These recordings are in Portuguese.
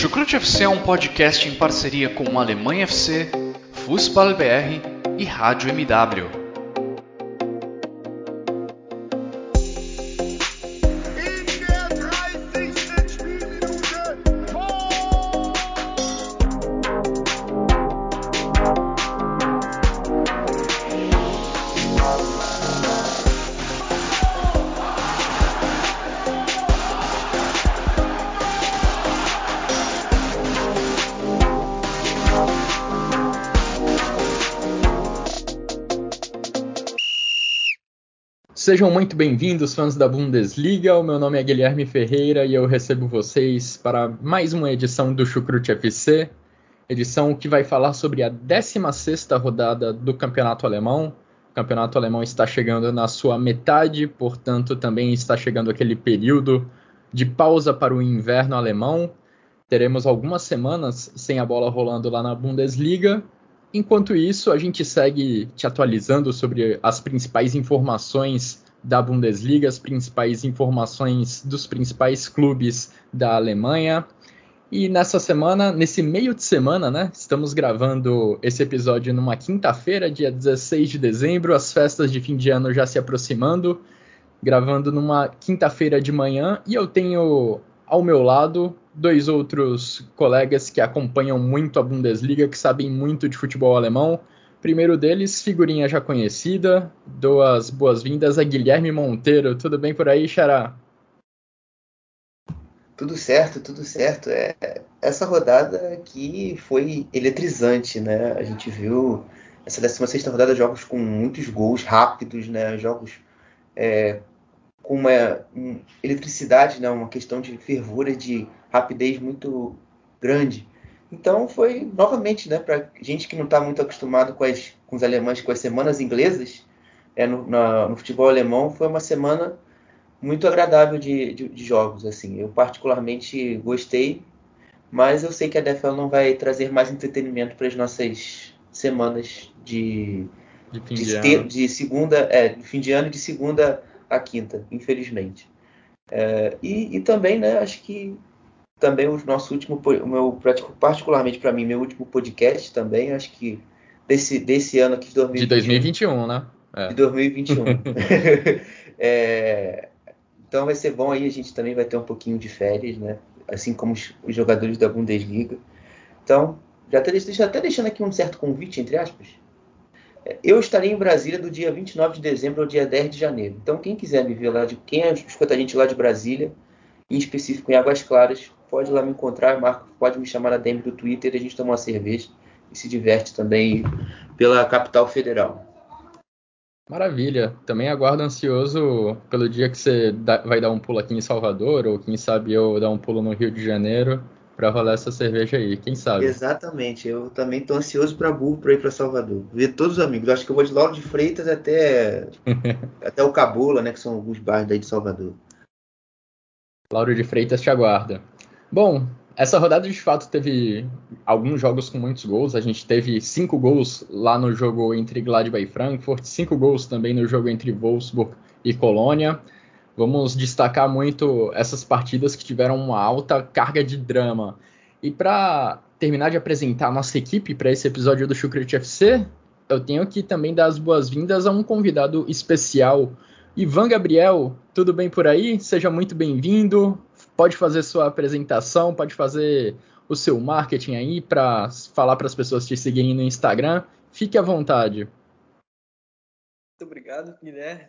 Chucrute FC é um podcast em parceria com Alemanha FC, Fußball BR e Rádio MW. Sejam muito bem-vindos, fãs da Bundesliga. O meu nome é Guilherme Ferreira e eu recebo vocês para mais uma edição do Chucrute FC, edição que vai falar sobre a 16ª rodada do Campeonato Alemão. O Campeonato Alemão está chegando na sua metade, portanto também está chegando aquele período de pausa para o inverno alemão. Teremos algumas semanas sem a bola rolando lá na Bundesliga. Enquanto isso, a gente segue te atualizando sobre as principais informações da Bundesliga, as principais informações dos principais clubes da Alemanha. E nessa semana, nesse meio de semana, né? Estamos gravando esse episódio numa quinta-feira, dia 16 de dezembro, as festas de fim de ano já se aproximando, gravando numa quinta-feira de manhã, e eu tenho ao meu lado dois outros colegas que acompanham muito a Bundesliga, que sabem muito de futebol alemão. Primeiro deles, figurinha já conhecida, dou as boas-vindas a Guilherme Monteiro. Tudo bem por aí, Xará? Tudo certo, tudo certo. Essa rodada aqui foi eletrizante, né? A gente viu essa 16ª rodada, jogos com muitos gols rápidos, né? Jogos com uma eletricidade, né? Uma questão de fervura, de rapidez muito grande. Então foi, novamente, né? Para gente que não está muito acostumado com os alemães, com as semanas inglesas, no futebol alemão, foi uma semana muito agradável de jogos, assim. Eu particularmente gostei, mas eu sei que a NFL não vai trazer mais entretenimento para as nossas semanas de fim de ano. de fim de ano, de segunda a quinta, infelizmente. E também, né, acho que também particularmente para mim, meu último podcast também, acho que desse ano aqui de 2021. De 2021, né? De 2021. Então vai ser bom aí, a gente também vai ter um pouquinho de férias, né? Assim como os jogadores da Bundesliga. Então, já até deixando aqui um certo convite, entre aspas. Eu estarei em Brasília do dia 29 de dezembro ao dia 10 de janeiro. Então, quem quiser me ver lá, quem escuta a gente lá de Brasília, em específico em Águas Claras, pode ir lá me encontrar, pode me chamar na DM do Twitter, a gente toma uma cerveja e se diverte também pela capital federal. Maravilha. Também aguardo ansioso pelo dia que você vai dar um pulo aqui em Salvador, ou quem sabe eu dar um pulo no Rio de Janeiro para rolar essa cerveja aí, quem sabe? Exatamente. Eu também estou ansioso para ir para Salvador. Ver todos os amigos. Acho que eu vou de Lauro de Freitas até o Cabula, né, que são alguns bairros daí de Salvador. Lauro de Freitas te aguarda. Bom, essa rodada de fato teve alguns jogos com muitos gols. A gente teve 5 gols lá no jogo entre Gladbach e Frankfurt, 5 gols também no jogo entre Wolfsburg e Colônia. Vamos destacar muito essas partidas que tiveram uma alta carga de drama. E para terminar de apresentar a nossa equipe para esse episódio do Chucrute FC, eu tenho que também dar as boas-vindas a um convidado especial. Ivan Gabriel, tudo bem por aí? Seja muito bem-vindo. Pode fazer sua apresentação, pode fazer o seu marketing aí para falar para as pessoas te seguirem no Instagram. Fique à vontade. Muito obrigado, Guilherme.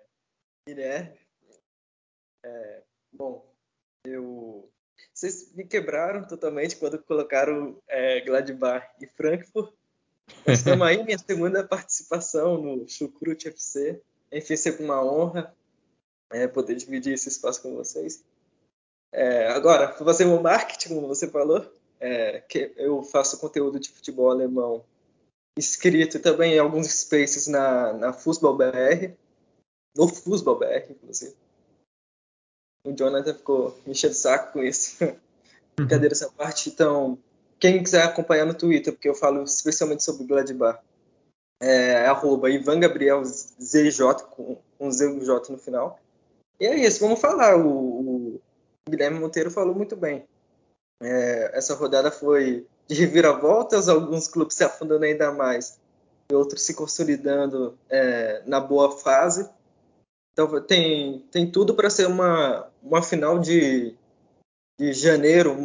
Bom, vocês me quebraram totalmente quando colocaram Gladbach e Frankfurt. Mas estamos aí, minha segunda participação no Chucrute FC. Enfim, sempre uma honra poder dividir esse espaço com vocês. Agora, para fazer o marketing, como você falou, que eu faço conteúdo de futebol alemão escrito também em alguns spaces na Fußball BR, no Fußball BR, inclusive. O Jonathan ficou me enchendo o saco com isso. Brincadeira essa parte. Então, quem quiser acompanhar no Twitter, porque eu falo especialmente sobre Gladbach, @Ivan Gabriel ZJ, com ZJ no final. E é isso, vamos falar. O Guilherme Monteiro falou muito bem. Essa rodada foi de reviravoltas, alguns clubes se afundando ainda mais e outros se consolidando na boa fase. Então tem tudo para ser uma final de janeiro,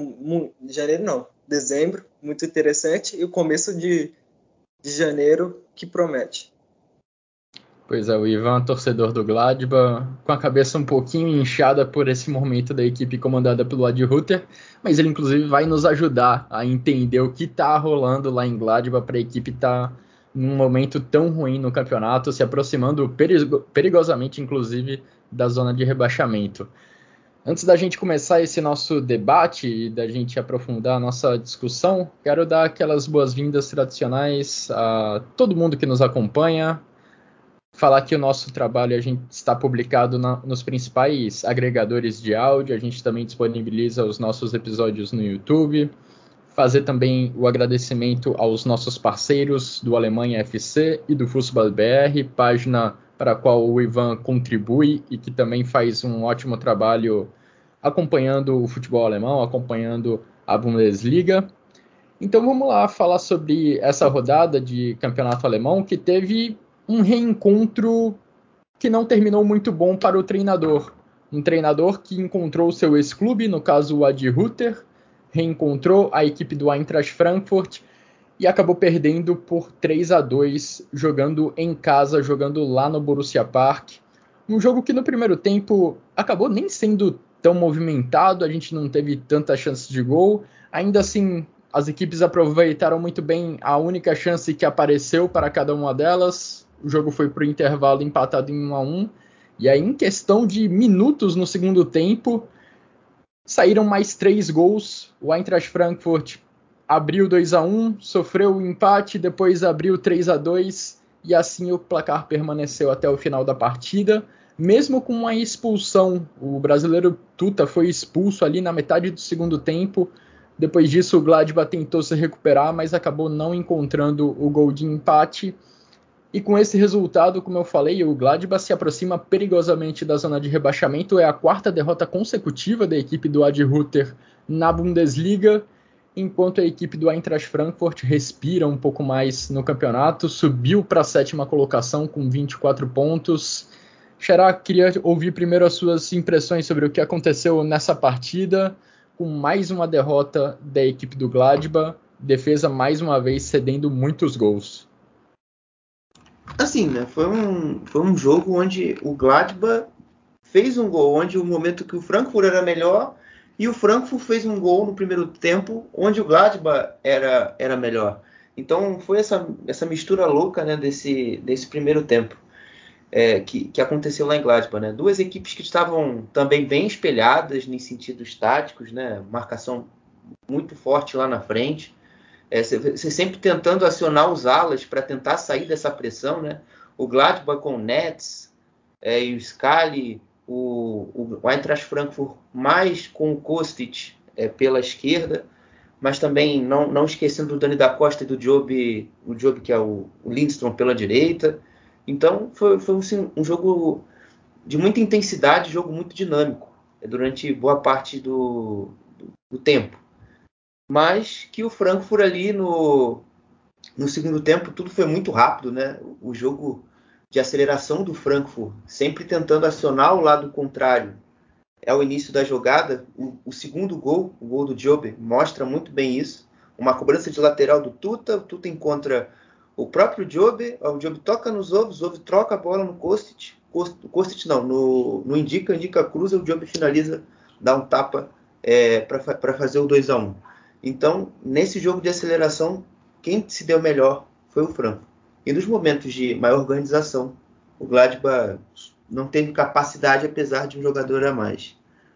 dezembro, muito interessante, e o começo de janeiro que promete. Pois é, o Ivan, torcedor do Gladbach, com a cabeça um pouquinho inchada por esse momento da equipe comandada pelo Adi Hütter, mas ele inclusive vai nos ajudar a entender o que está rolando lá em Gladbach para a equipe estar num momento tão ruim no campeonato, se aproximando perigosamente, inclusive, da zona de rebaixamento. Antes da gente começar esse nosso debate e da gente aprofundar a nossa discussão, quero dar aquelas boas-vindas tradicionais a todo mundo que nos acompanha, falar que o nosso trabalho a gente está publicado nos principais agregadores de áudio, a gente também disponibiliza os nossos episódios no YouTube, fazer também o agradecimento aos nossos parceiros do Alemanha FC e do Fußball BR, página para a qual o Ivan contribui e que também faz um ótimo trabalho acompanhando o futebol alemão, acompanhando a Bundesliga. Então vamos lá falar sobre essa rodada de campeonato alemão que teve um reencontro que não terminou muito bom para o treinador. Um treinador que encontrou seu ex-clube, no caso o Adi Hütter, reencontrou a equipe do Eintracht Frankfurt e acabou perdendo por 3-2, jogando em casa, jogando lá no Borussia Park. Um jogo que no primeiro tempo acabou nem sendo tão movimentado, a gente não teve tanta chance de gol. Ainda assim, as equipes aproveitaram muito bem a única chance que apareceu para cada uma delas. O jogo foi para o intervalo empatado em 1-1. E aí, em questão de minutos no segundo tempo, saíram mais 3 gols. O Eintracht Frankfurt abriu 2-1, sofreu o empate, depois abriu 3-2 e assim o placar permaneceu até o final da partida. Mesmo com uma expulsão, o brasileiro Tuta foi expulso ali na metade do segundo tempo. Depois disso o Gladbach tentou se recuperar, mas acabou não encontrando o gol de empate. E com esse resultado, como eu falei, o Gladbach se aproxima perigosamente da zona de rebaixamento. É a 4ª derrota consecutiva da equipe do Adi Hütter na Bundesliga, enquanto a equipe do Eintracht Frankfurt respira um pouco mais no campeonato, subiu para a 7ª colocação com 24 pontos. Xará, queria ouvir primeiro as suas impressões sobre o que aconteceu nessa partida, com mais uma derrota da equipe do Gladbach, defesa mais uma vez cedendo muitos gols. Assim, né? Foi um jogo onde o Gladbach fez um gol, onde o momento que o Frankfurt era melhor, e o Frankfurt fez um gol no primeiro tempo, onde o Gladbach era melhor. Então foi essa mistura louca, né, desse primeiro tempo que aconteceu lá em Gladbach, né? Duas equipes que estavam também bem espelhadas em sentidos táticos, né? Marcação muito forte lá na frente. Você sempre tentando acionar os alas para tentar sair dessa pressão, né? O Gladbach com o Netz e o Scali, o Eintracht Frankfurt mais com o Kostic pela esquerda, mas também não esquecendo do Dani da Costa e do Job, que é o Lindstrom pela direita. Então foi assim, um jogo de muita intensidade, jogo muito dinâmico durante boa parte do tempo. Mas que o Frankfurt ali no segundo tempo tudo foi muito rápido, né? O jogo de aceleração do Frankfurt, sempre tentando acionar o lado contrário ao início da jogada. O segundo gol, o gol do Jobe, mostra muito bem isso. Uma cobrança de lateral do Tuta, o Tuta encontra o próprio Jobe, o Jobe toca nos ovos, o Jobe troca a bola no Kostic, no Indica cruza, o Jobe finaliza, dá um tapa para fazer o 2-1. Então, nesse jogo de aceleração, quem se deu melhor foi o Frankfurt. E nos momentos de maior organização, o Gladbach não teve capacidade, apesar de um jogador a mais.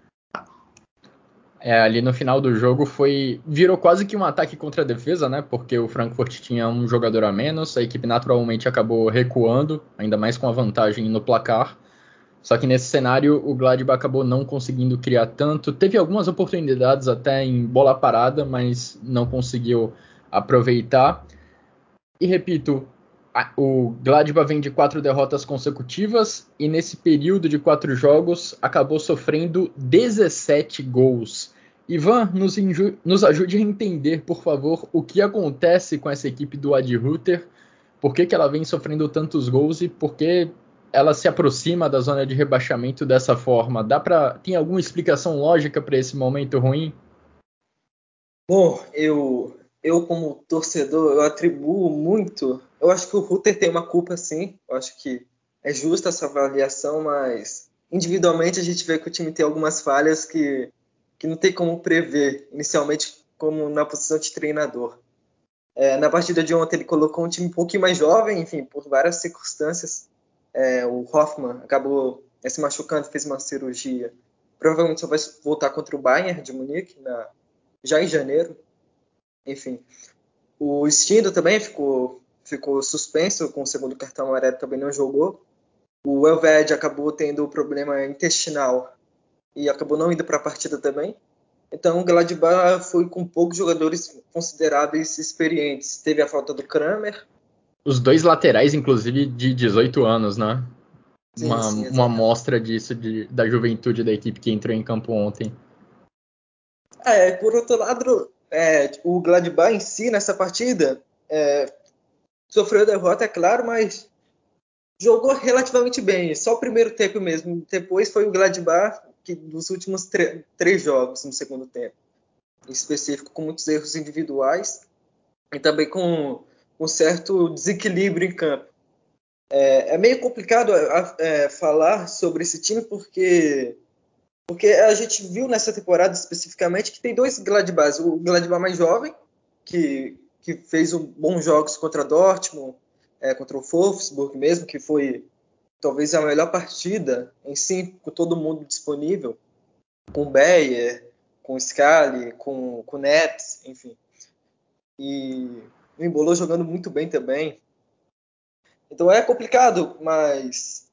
Ali no final do jogo virou quase que um ataque contra a defesa, né? Porque o Frankfurt tinha um jogador a menos, a equipe naturalmente acabou recuando, ainda mais com a vantagem no placar. Só que nesse cenário o Gladbach acabou não conseguindo criar tanto. Teve algumas oportunidades até em bola parada, mas não conseguiu aproveitar. E repito, o Gladbach vem de 4 derrotas consecutivas e nesse período de 4 jogos acabou sofrendo 17 gols. Ivan, nos ajude a entender, por favor, o que acontece com essa equipe do Adi Hütter, por que ela vem sofrendo tantos gols e por que ela se aproxima da zona de rebaixamento dessa forma. Tem alguma explicação lógica para esse momento ruim? Bom, eu como torcedor, eu atribuo muito. Eu acho que o Rutter tem uma culpa, sim. Eu acho que é justa essa avaliação, mas individualmente a gente vê que o time tem algumas falhas que não tem como prever inicialmente, como na posição de treinador. Na partida de ontem ele colocou um time um pouquinho mais jovem, enfim, por várias circunstâncias. O Hoffmann acabou se machucando, fez uma cirurgia. Provavelmente só vai voltar contra o Bayern de Munique já em janeiro. Enfim, o Stindl também ficou suspenso com o segundo cartão amarelo, também não jogou. O Elved acabou tendo problema intestinal e acabou não indo para a partida também. Então o Gladbach foi com poucos jogadores consideráveis experientes. Teve a falta do Kramer. Os dois laterais, inclusive, de 18 anos, né? Sim, sim, Uma exatamente. amostra disso, da juventude da equipe que entrou em campo ontem. Por outro lado, o Gladbach em si, nessa partida, sofreu derrota, é claro, mas jogou relativamente bem. Só o primeiro tempo mesmo. Depois foi o Gladbach que dos últimos três jogos no segundo tempo. Em específico, com muitos erros individuais e também com um certo desequilíbrio em campo. É meio complicado falar sobre esse time porque a gente viu nessa temporada especificamente que tem dois Gladbachs. O Gladbach mais jovem, que fez bons jogos contra Dortmund, contra o Wolfsburg mesmo, que foi talvez a melhor partida em si, com todo mundo disponível, com o Bayer, com o Scali, com o Nets, enfim. E o Embolo jogando muito bem também. Então é complicado, mas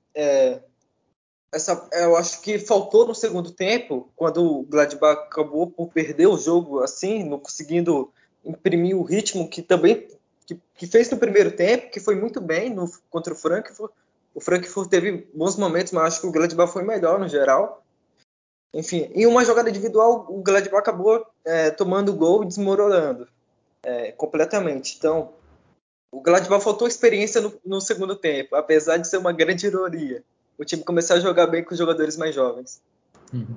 eu acho que faltou no segundo tempo, quando o Gladbach acabou por perder o jogo assim, não conseguindo imprimir o ritmo que também que fez no primeiro tempo, que foi muito bem contra o Frankfurt. O Frankfurt teve bons momentos, mas acho que o Gladbach foi melhor no geral. Enfim, em uma jogada individual, o Gladbach acabou tomando o gol e desmoronando completamente. Então, o Gladbach faltou experiência no segundo tempo, apesar de ser uma grande ironia. O time começou a jogar bem com os jogadores mais jovens. Uhum.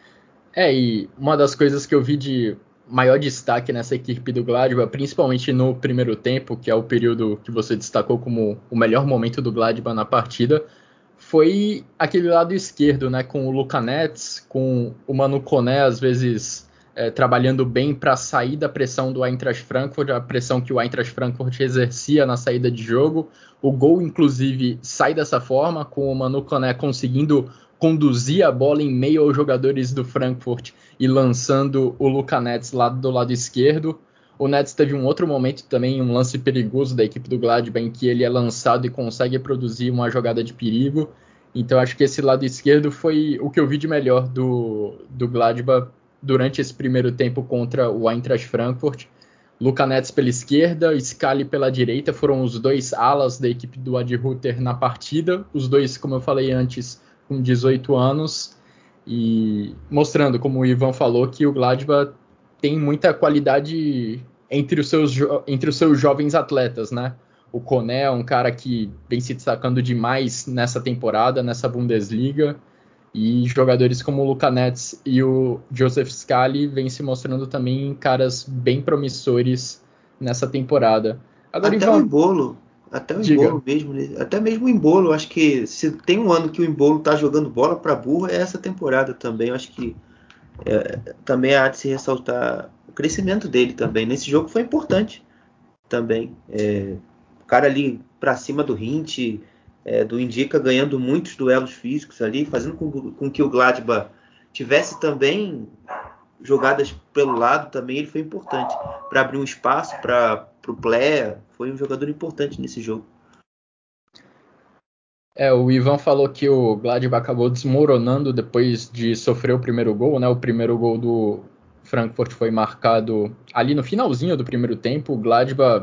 E uma das coisas que eu vi de maior destaque nessa equipe do Gladbach, principalmente no primeiro tempo, que é o período que você destacou como o melhor momento do Gladbach na partida, foi aquele lado esquerdo, né, com o Luka Netz, com o Manu Koné, às vezes trabalhando bem para sair da pressão do Eintracht Frankfurt, a pressão que o Eintracht Frankfurt exercia na saída de jogo. O gol, inclusive, sai dessa forma, com o Manu Koné conseguindo conduzir a bola em meio aos jogadores do Frankfurt e lançando o Luka Netz lá do lado esquerdo. O Netz teve um outro momento também, um lance perigoso da equipe do Gladbach, em que ele é lançado e consegue produzir uma jogada de perigo. Então acho que esse lado esquerdo foi o que eu vi de melhor do Gladbach durante esse primeiro tempo contra o Eintracht Frankfurt. Luka Netz pela esquerda, Scali pela direita, foram os dois alas da equipe do Adi Hütter na partida. Os dois, como eu falei antes, com 18 anos. E mostrando, como o Ivan falou, que o Gladbach tem muita qualidade entre os seus jovens atletas, né? O Koné é um cara que vem se destacando demais nessa temporada, nessa Bundesliga. E jogadores como o Luka Netz e o Joseph Scali vêm se mostrando também caras bem promissores nessa temporada. Agora, Até o Ivan, Embolo, até o diga. Embolo mesmo, até mesmo o Embolo, acho que se tem um ano que o Embolo tá jogando bola para burro é essa temporada também. Eu acho que também há de se ressaltar o crescimento dele também. Nesse jogo foi importante também. O cara ali para cima do Hint, do Indica ganhando muitos duelos físicos ali, fazendo com que o Gladbach tivesse também jogadas pelo lado também. Ele foi importante para abrir um espaço para o Plea. Foi um jogador importante nesse jogo. O Ivan falou que o Gladbach acabou desmoronando depois de sofrer o primeiro gol, né? O primeiro gol do Frankfurt foi marcado ali no finalzinho do primeiro tempo. O Gladbach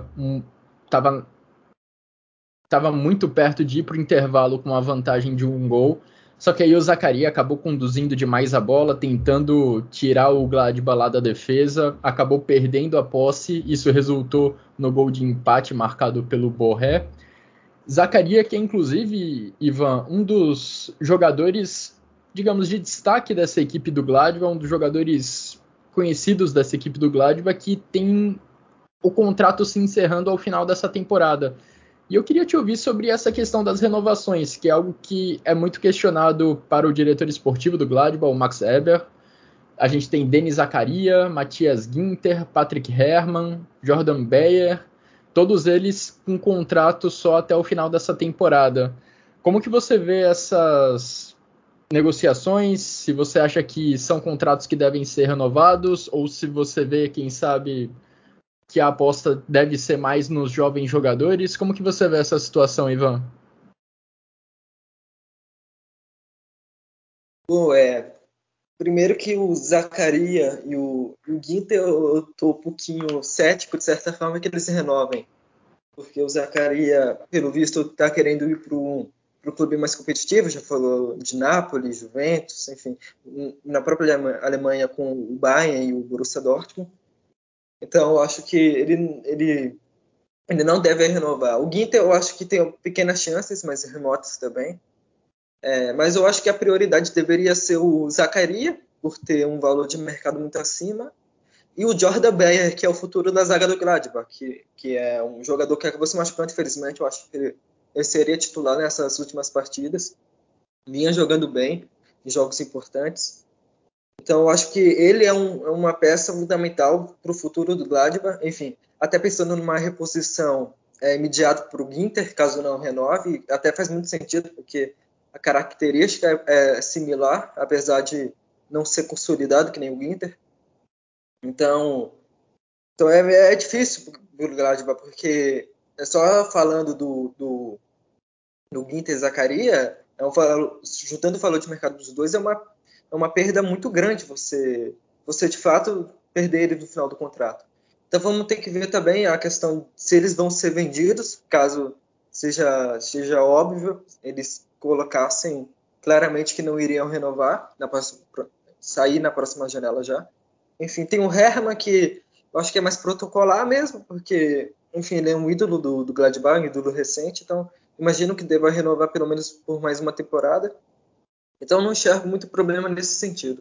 estava muito perto de ir para o intervalo com a vantagem de um gol, Só que aí o Zakaria acabou conduzindo demais a bola, tentando tirar o Gladbach lá da defesa, acabou perdendo a posse, isso resultou no gol de empate marcado pelo Borré. Zakaria, que é inclusive, Ivan, um dos jogadores, digamos, de destaque dessa equipe do Gladbach, um dos jogadores conhecidos dessa equipe do Gladbach, que tem o contrato se encerrando ao final dessa temporada. E eu queria te ouvir sobre essa questão das renovações, que é algo que é muito questionado para o diretor esportivo do Gladbach, o Max Eber. A gente tem Denis Zakaria, Matthias Ginter, Patrick Herrmann, Jordan Beyer, todos eles com contrato só até o final dessa temporada. Como que você vê essas negociações? Se você acha que são contratos que devem ser renovados, ou se você vê, quem sabe, que a aposta deve ser mais nos jovens jogadores. Como que você vê essa situação, Ivan? Bom, primeiro que o Zakaria e o Ginter, eu tô um pouquinho cético, de certa forma, que eles se renovem. Porque o Zakaria, pelo visto, está querendo ir para o clube mais competitivo, já falou de Nápoles, Juventus, enfim, na própria Alemanha com o Bayern e o Borussia Dortmund. Então, eu acho que ele não deve renovar. O Ginter, eu acho que tem pequenas chances, mas remotas também. Mas eu acho que a prioridade deveria ser o Zakaria, por ter um valor de mercado muito acima, e o Jordan Beyer, que é o futuro da zaga do Gladbach, que é um jogador que acabou se machucando, infelizmente. Eu acho que ele seria titular nessas últimas partidas. Vinha jogando bem em jogos importantes. Então, eu acho que ele é uma peça fundamental para o futuro do Gladbach. Enfim, até pensando numa reposição imediata para o Ginter, caso não renove, até faz muito sentido, porque a característica é similar, apesar de não ser consolidado que nem o Ginter. Então é difícil para o Gladbach, porque só falando do Ginter e Zakaria, juntando o valor de mercado dos dois, é uma perda muito grande você de fato perder ele no final do contrato. Então vamos ter que ver também a questão se eles vão ser vendidos, caso seja óbvio, eles colocassem claramente que não iriam renovar, sair na próxima janela já. Enfim, tem o Herrmann, que eu acho que é mais protocolar mesmo, porque, enfim, ele é um ídolo do Gladbach, um ídolo recente, então imagino que deva renovar pelo menos por mais uma temporada. Então não enxergo muito problema nesse sentido.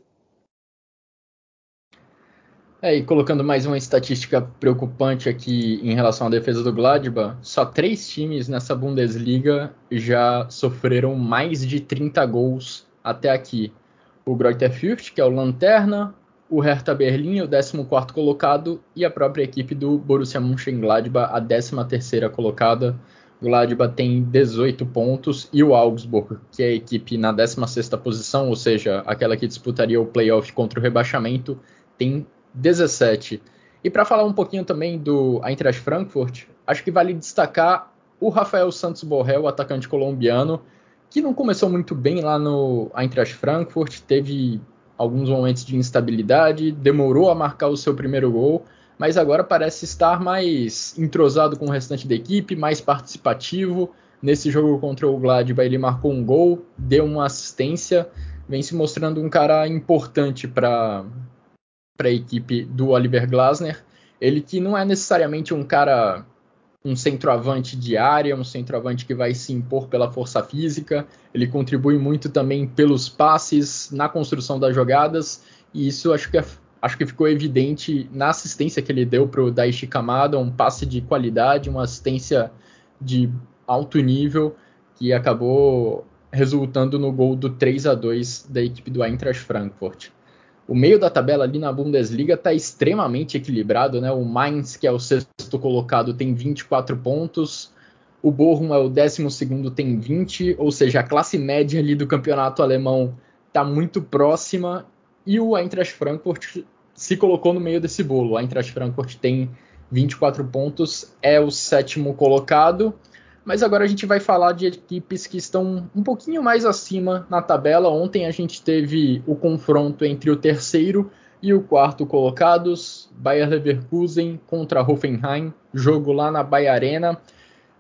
E colocando mais uma estatística preocupante aqui em relação à defesa do Gladbach, só 3 times nessa Bundesliga já sofreram mais de 30 gols até aqui. O Greuther Fürth, que é o Lanterna, o Hertha Berlim, o 14º colocado, e a própria equipe do Borussia Mönchengladbach, a 13ª colocada. O Gladbach tem 18 pontos, e o Augsburg, que é a equipe na 16ª posição, ou seja, aquela que disputaria o playoff contra o rebaixamento, tem 17. E para falar um pouquinho também do Eintracht Frankfurt, acho que vale destacar o Rafael Santos Borré, o atacante colombiano, que não começou muito bem lá no Eintracht Frankfurt, teve alguns momentos de instabilidade, demorou a marcar o seu primeiro gol, mas agora parece estar mais entrosado com o restante da equipe, mais participativo. Nesse jogo contra o Gladbach ele marcou um gol, deu uma assistência, vem se mostrando um cara importante para a equipe do Oliver Glasner. Ele que não é necessariamente um centroavante de área, um centroavante que vai se impor pela força física, ele contribui muito também pelos passes, na construção das jogadas, e isso acho que ficou evidente na assistência que ele deu para o Daichi Kamada, um passe de qualidade, uma assistência de alto nível, que acabou resultando no gol do 3-2 da equipe do Eintracht Frankfurt. O meio da tabela ali na Bundesliga está extremamente equilibrado, né? O Mainz, que é o 6º colocado, tem 24 pontos. O Bochum é o 12º, tem 20. Ou seja, a classe média ali do campeonato alemão está muito próxima. E o Eintracht Frankfurt se colocou no meio desse bolo. O Eintracht Frankfurt tem 24 pontos, é o 7º colocado. Mas agora a gente vai falar de equipes que estão um pouquinho mais acima na tabela. Ontem a gente teve o confronto entre o 3º e o 4º colocados, Bayer Leverkusen contra Hoffenheim, jogo lá na Bayer Arena.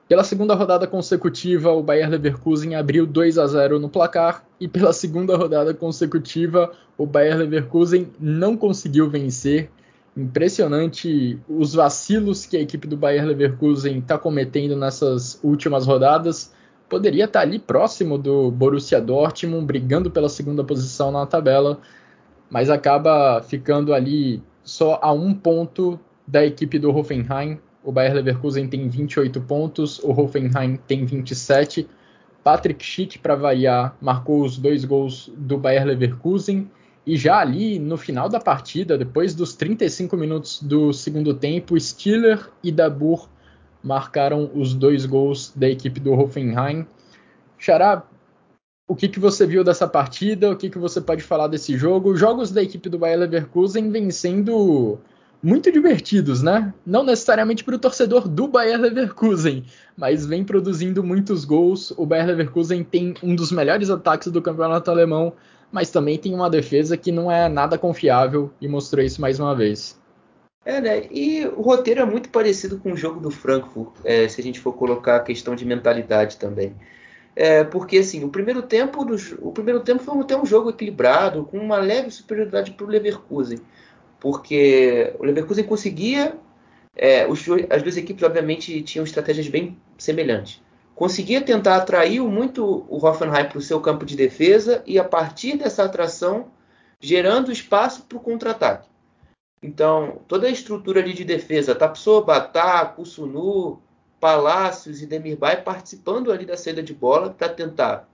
Pela segunda rodada consecutiva, o Bayer Leverkusen abriu 2-0 no placar, e pela segunda rodada consecutiva, o Bayer Leverkusen não conseguiu vencer. Impressionante os vacilos que a equipe do Bayer Leverkusen está cometendo nessas últimas rodadas. Poderia estar ali próximo do Borussia Dortmund, brigando pela segunda posição na tabela, mas acaba ficando ali só a 1 ponto da equipe do Hoffenheim. O Bayer Leverkusen tem 28 pontos, o Hoffenheim tem 27. Patrick Schick, para variar, marcou os 2 gols do Bayer Leverkusen. E já ali no final da partida, depois dos 35 minutos do segundo tempo, Stiller e Dabur marcaram os 2 gols da equipe do Hoffenheim. Xará, o que você viu dessa partida? O que você pode falar desse jogo? Jogos da equipe do Bayer Leverkusen vêm sendo muito divertidos, né? Não necessariamente para o torcedor do Bayer Leverkusen, mas vem produzindo muitos gols. O Bayer Leverkusen tem um dos melhores ataques do campeonato alemão, mas também tem uma defesa que não é nada confiável e mostrou isso mais uma vez. Né? E o roteiro é muito parecido com o jogo do Frankfurt, se a gente for colocar a questão de mentalidade também. Porque assim, o primeiro tempo foi até um jogo equilibrado, com uma leve superioridade para o Leverkusen. Porque o Leverkusen conseguia, as duas equipes obviamente tinham estratégias bem semelhantes. Conseguia tentar atrair muito o Hoffenheim para o seu campo de defesa e a partir dessa atração gerando espaço para o contra-ataque. Então, toda a estrutura ali de defesa, Tapsoba, Kusunu, Palácios e Demirbay participando ali da saída de bola para tentar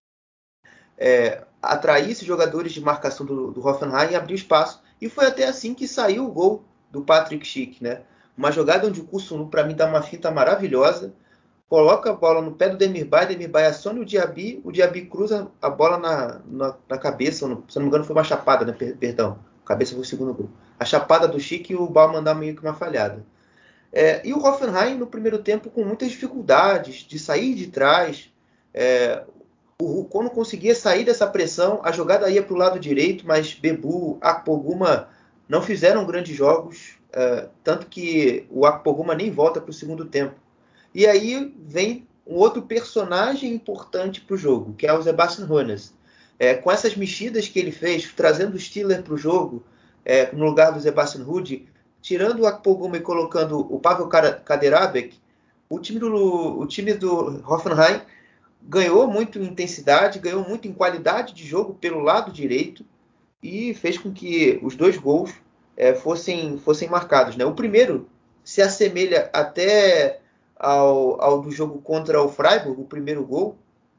atrair esses jogadores de marcação do Hoffenheim e abrir espaço. E foi até assim que saiu o gol do Patrick Schick, né? Uma jogada onde o Kusunu, para mim, dá uma finta maravilhosa, coloca a bola no pé do Demirbay aciona o Diaby cruza a bola na cabeça, se não me engano foi uma chapada, né? Perdão, cabeça foi o segundo gol. A chapada do Schick e o Baumann dá meio que uma falhada. E o Hoffenheim, no primeiro tempo, com muitas dificuldades de sair de trás. Quando conseguia sair dessa pressão, a jogada ia para o lado direito, mas Bebu, Akpoguma não fizeram grandes jogos, tanto que o Akpoguma nem volta para o segundo tempo. E aí vem um outro personagem importante para o jogo, que é o Sebastian Hoeneß. Com essas mexidas que ele fez, trazendo o Stiller para o jogo, no lugar do Sebastian Ruud, tirando o Akpoguma e colocando o Pavel Kaderabek, o time do Hoffenheim ganhou muito em intensidade, ganhou muito em qualidade de jogo pelo lado direito e fez com que os 2 gols fossem marcados. Né? O primeiro se assemelha até ao do jogo contra o Freiburg, o primeiro gol.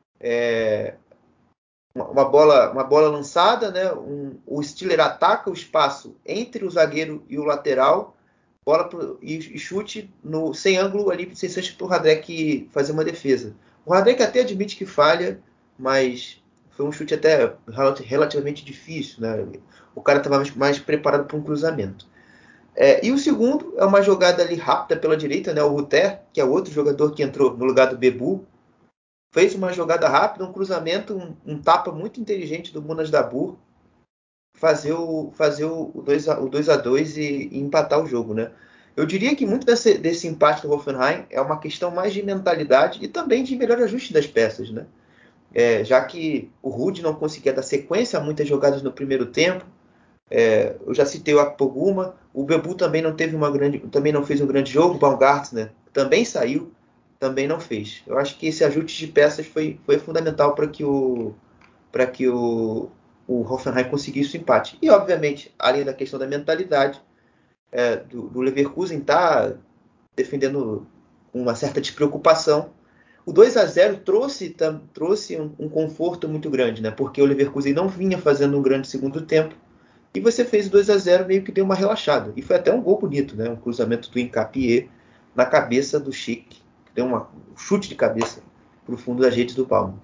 Uma bola lançada, né? O Stiller ataca o espaço entre o zagueiro e o lateral, e chute sem ângulo ali, sem chance para o Radek fazer uma defesa. O Radek até admite que falha, mas foi um chute até relativamente difícil, né? O cara estava mais preparado para um cruzamento. E o segundo é uma jogada ali rápida pela direita, né? O Rutter, que é outro jogador que entrou no lugar do Bebu, fez uma jogada rápida, um cruzamento, um tapa muito inteligente do Munas Dabur, fazer o 2-2 e empatar o jogo, né? Eu diria que muito desse empate do Hoffenheim é uma questão mais de mentalidade e também de melhor ajuste das peças, né? Já que o Ruud não conseguia dar sequência a muitas jogadas no primeiro tempo. Eu já citei o Akpoguma, o Bebu também não fez um grande jogo, o Baumgartner também saiu, também não fez. Eu acho que esse ajuste de peças foi fundamental para que o Hoffenheim conseguisse o empate. E, obviamente, além da questão da mentalidade, do Leverkusen está defendendo uma certa despreocupação. O 2-0 trouxe um conforto muito grande, né? Porque o Leverkusen não vinha fazendo um grande segundo tempo. E você fez o 2-0 meio que deu uma relaxada. E foi até um gol bonito, né? Um cruzamento do Hincapié na cabeça do Schick, que deu um chute de cabeça para o fundo das redes do Palmo.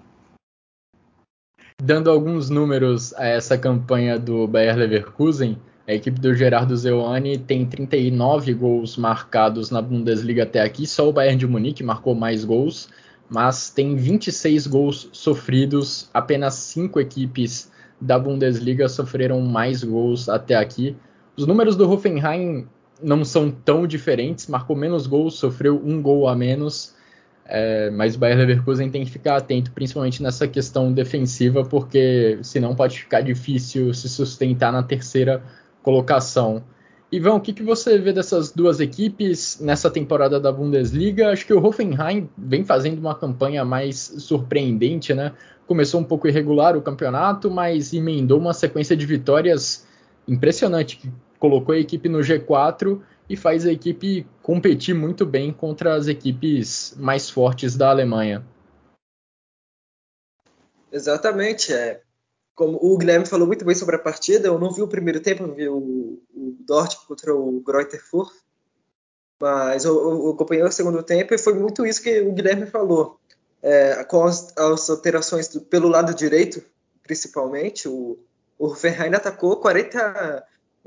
Dando alguns números a essa campanha do Bayer Leverkusen, a equipe do Gerardo Zewani tem 39 gols marcados na Bundesliga até aqui, só o Bayern de Munique marcou mais gols, mas tem 26 gols sofridos, apenas 5 equipes da Bundesliga sofreram mais gols até aqui. Os números do Hoffenheim não são tão diferentes, marcou menos gols, sofreu 1 gol a menos, Mas o Bayer Leverkusen tem que ficar atento, principalmente nessa questão defensiva, porque senão pode ficar difícil se sustentar na terceira colocação. Ivan, o que você vê dessas duas equipes nessa temporada da Bundesliga? Acho que o Hoffenheim vem fazendo uma campanha mais surpreendente, né? Começou um pouco irregular o campeonato, mas emendou uma sequência de vitórias impressionante, que colocou a equipe no G4 e faz a equipe competir muito bem contra as equipes mais fortes da Alemanha. Exatamente. Como o Guilherme falou muito bem sobre a partida, eu não vi o primeiro tempo, eu vi o Dortmund contra o Greuther Fürth, mas eu acompanhei o segundo tempo e foi muito isso que o Guilherme falou. Com as alterações pelo lado direito, principalmente, o Hoffenheim atacou 40...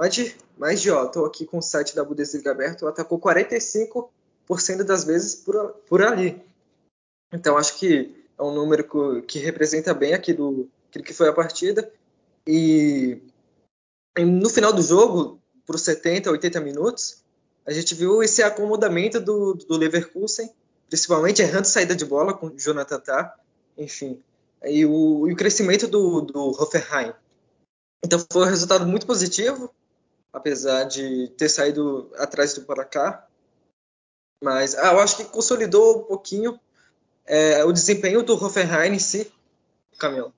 estou aqui com o site da Bundesliga aberto, atacou 45% das vezes por ali. Então, acho que é um número que representa bem aquilo que foi a partida. E no final do jogo, por 70, 80 minutos, a gente viu esse acomodamento do Leverkusen, principalmente errando saída de bola com o Jonathan Tah, enfim. E o crescimento do Hoffenheim. Então foi um resultado muito positivo, apesar de ter saído atrás do placar. Mas eu acho que consolidou um pouquinho o desempenho do Hoffenheim em si. Caminhão.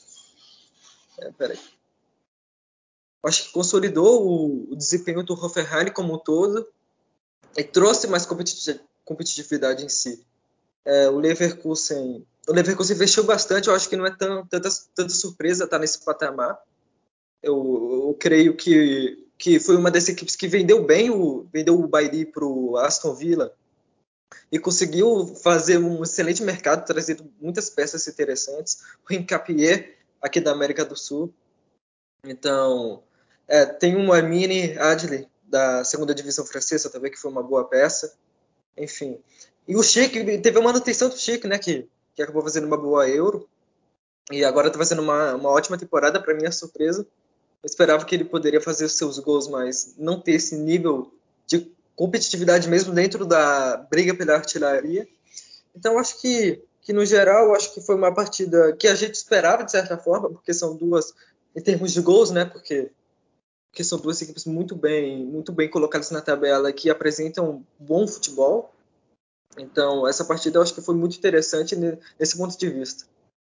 Peraí. Acho que consolidou o desempenho do Hoffenheim como um todo e trouxe mais competitividade em si. O Leverkusen investiu bastante, eu acho que não é tanta surpresa estar nesse patamar. Eu creio que foi uma das equipes que vendeu bem vendeu o Bailly para o Aston Villa e conseguiu fazer um excelente mercado, trazendo muitas peças interessantes. O Hincapié, aqui da América do Sul. Então, tem um Amine Adli, da segunda divisão francesa, também, que foi uma boa peça. Enfim. E o Schick, teve a manutenção do Schick, né, que acabou fazendo uma boa Euro. E agora está fazendo uma ótima temporada, para minha surpresa. Eu esperava que ele poderia fazer os seus gols, mas não ter esse nível de competitividade mesmo dentro da briga pela artilharia. Então, acho que no geral, acho que foi uma partida que a gente esperava, de certa forma, porque são duas, em termos de gols, né? Porque são duas equipes muito bem colocadas na tabela, que apresentam bom futebol. Então, essa partida eu acho que foi muito interessante nesse ponto de vista.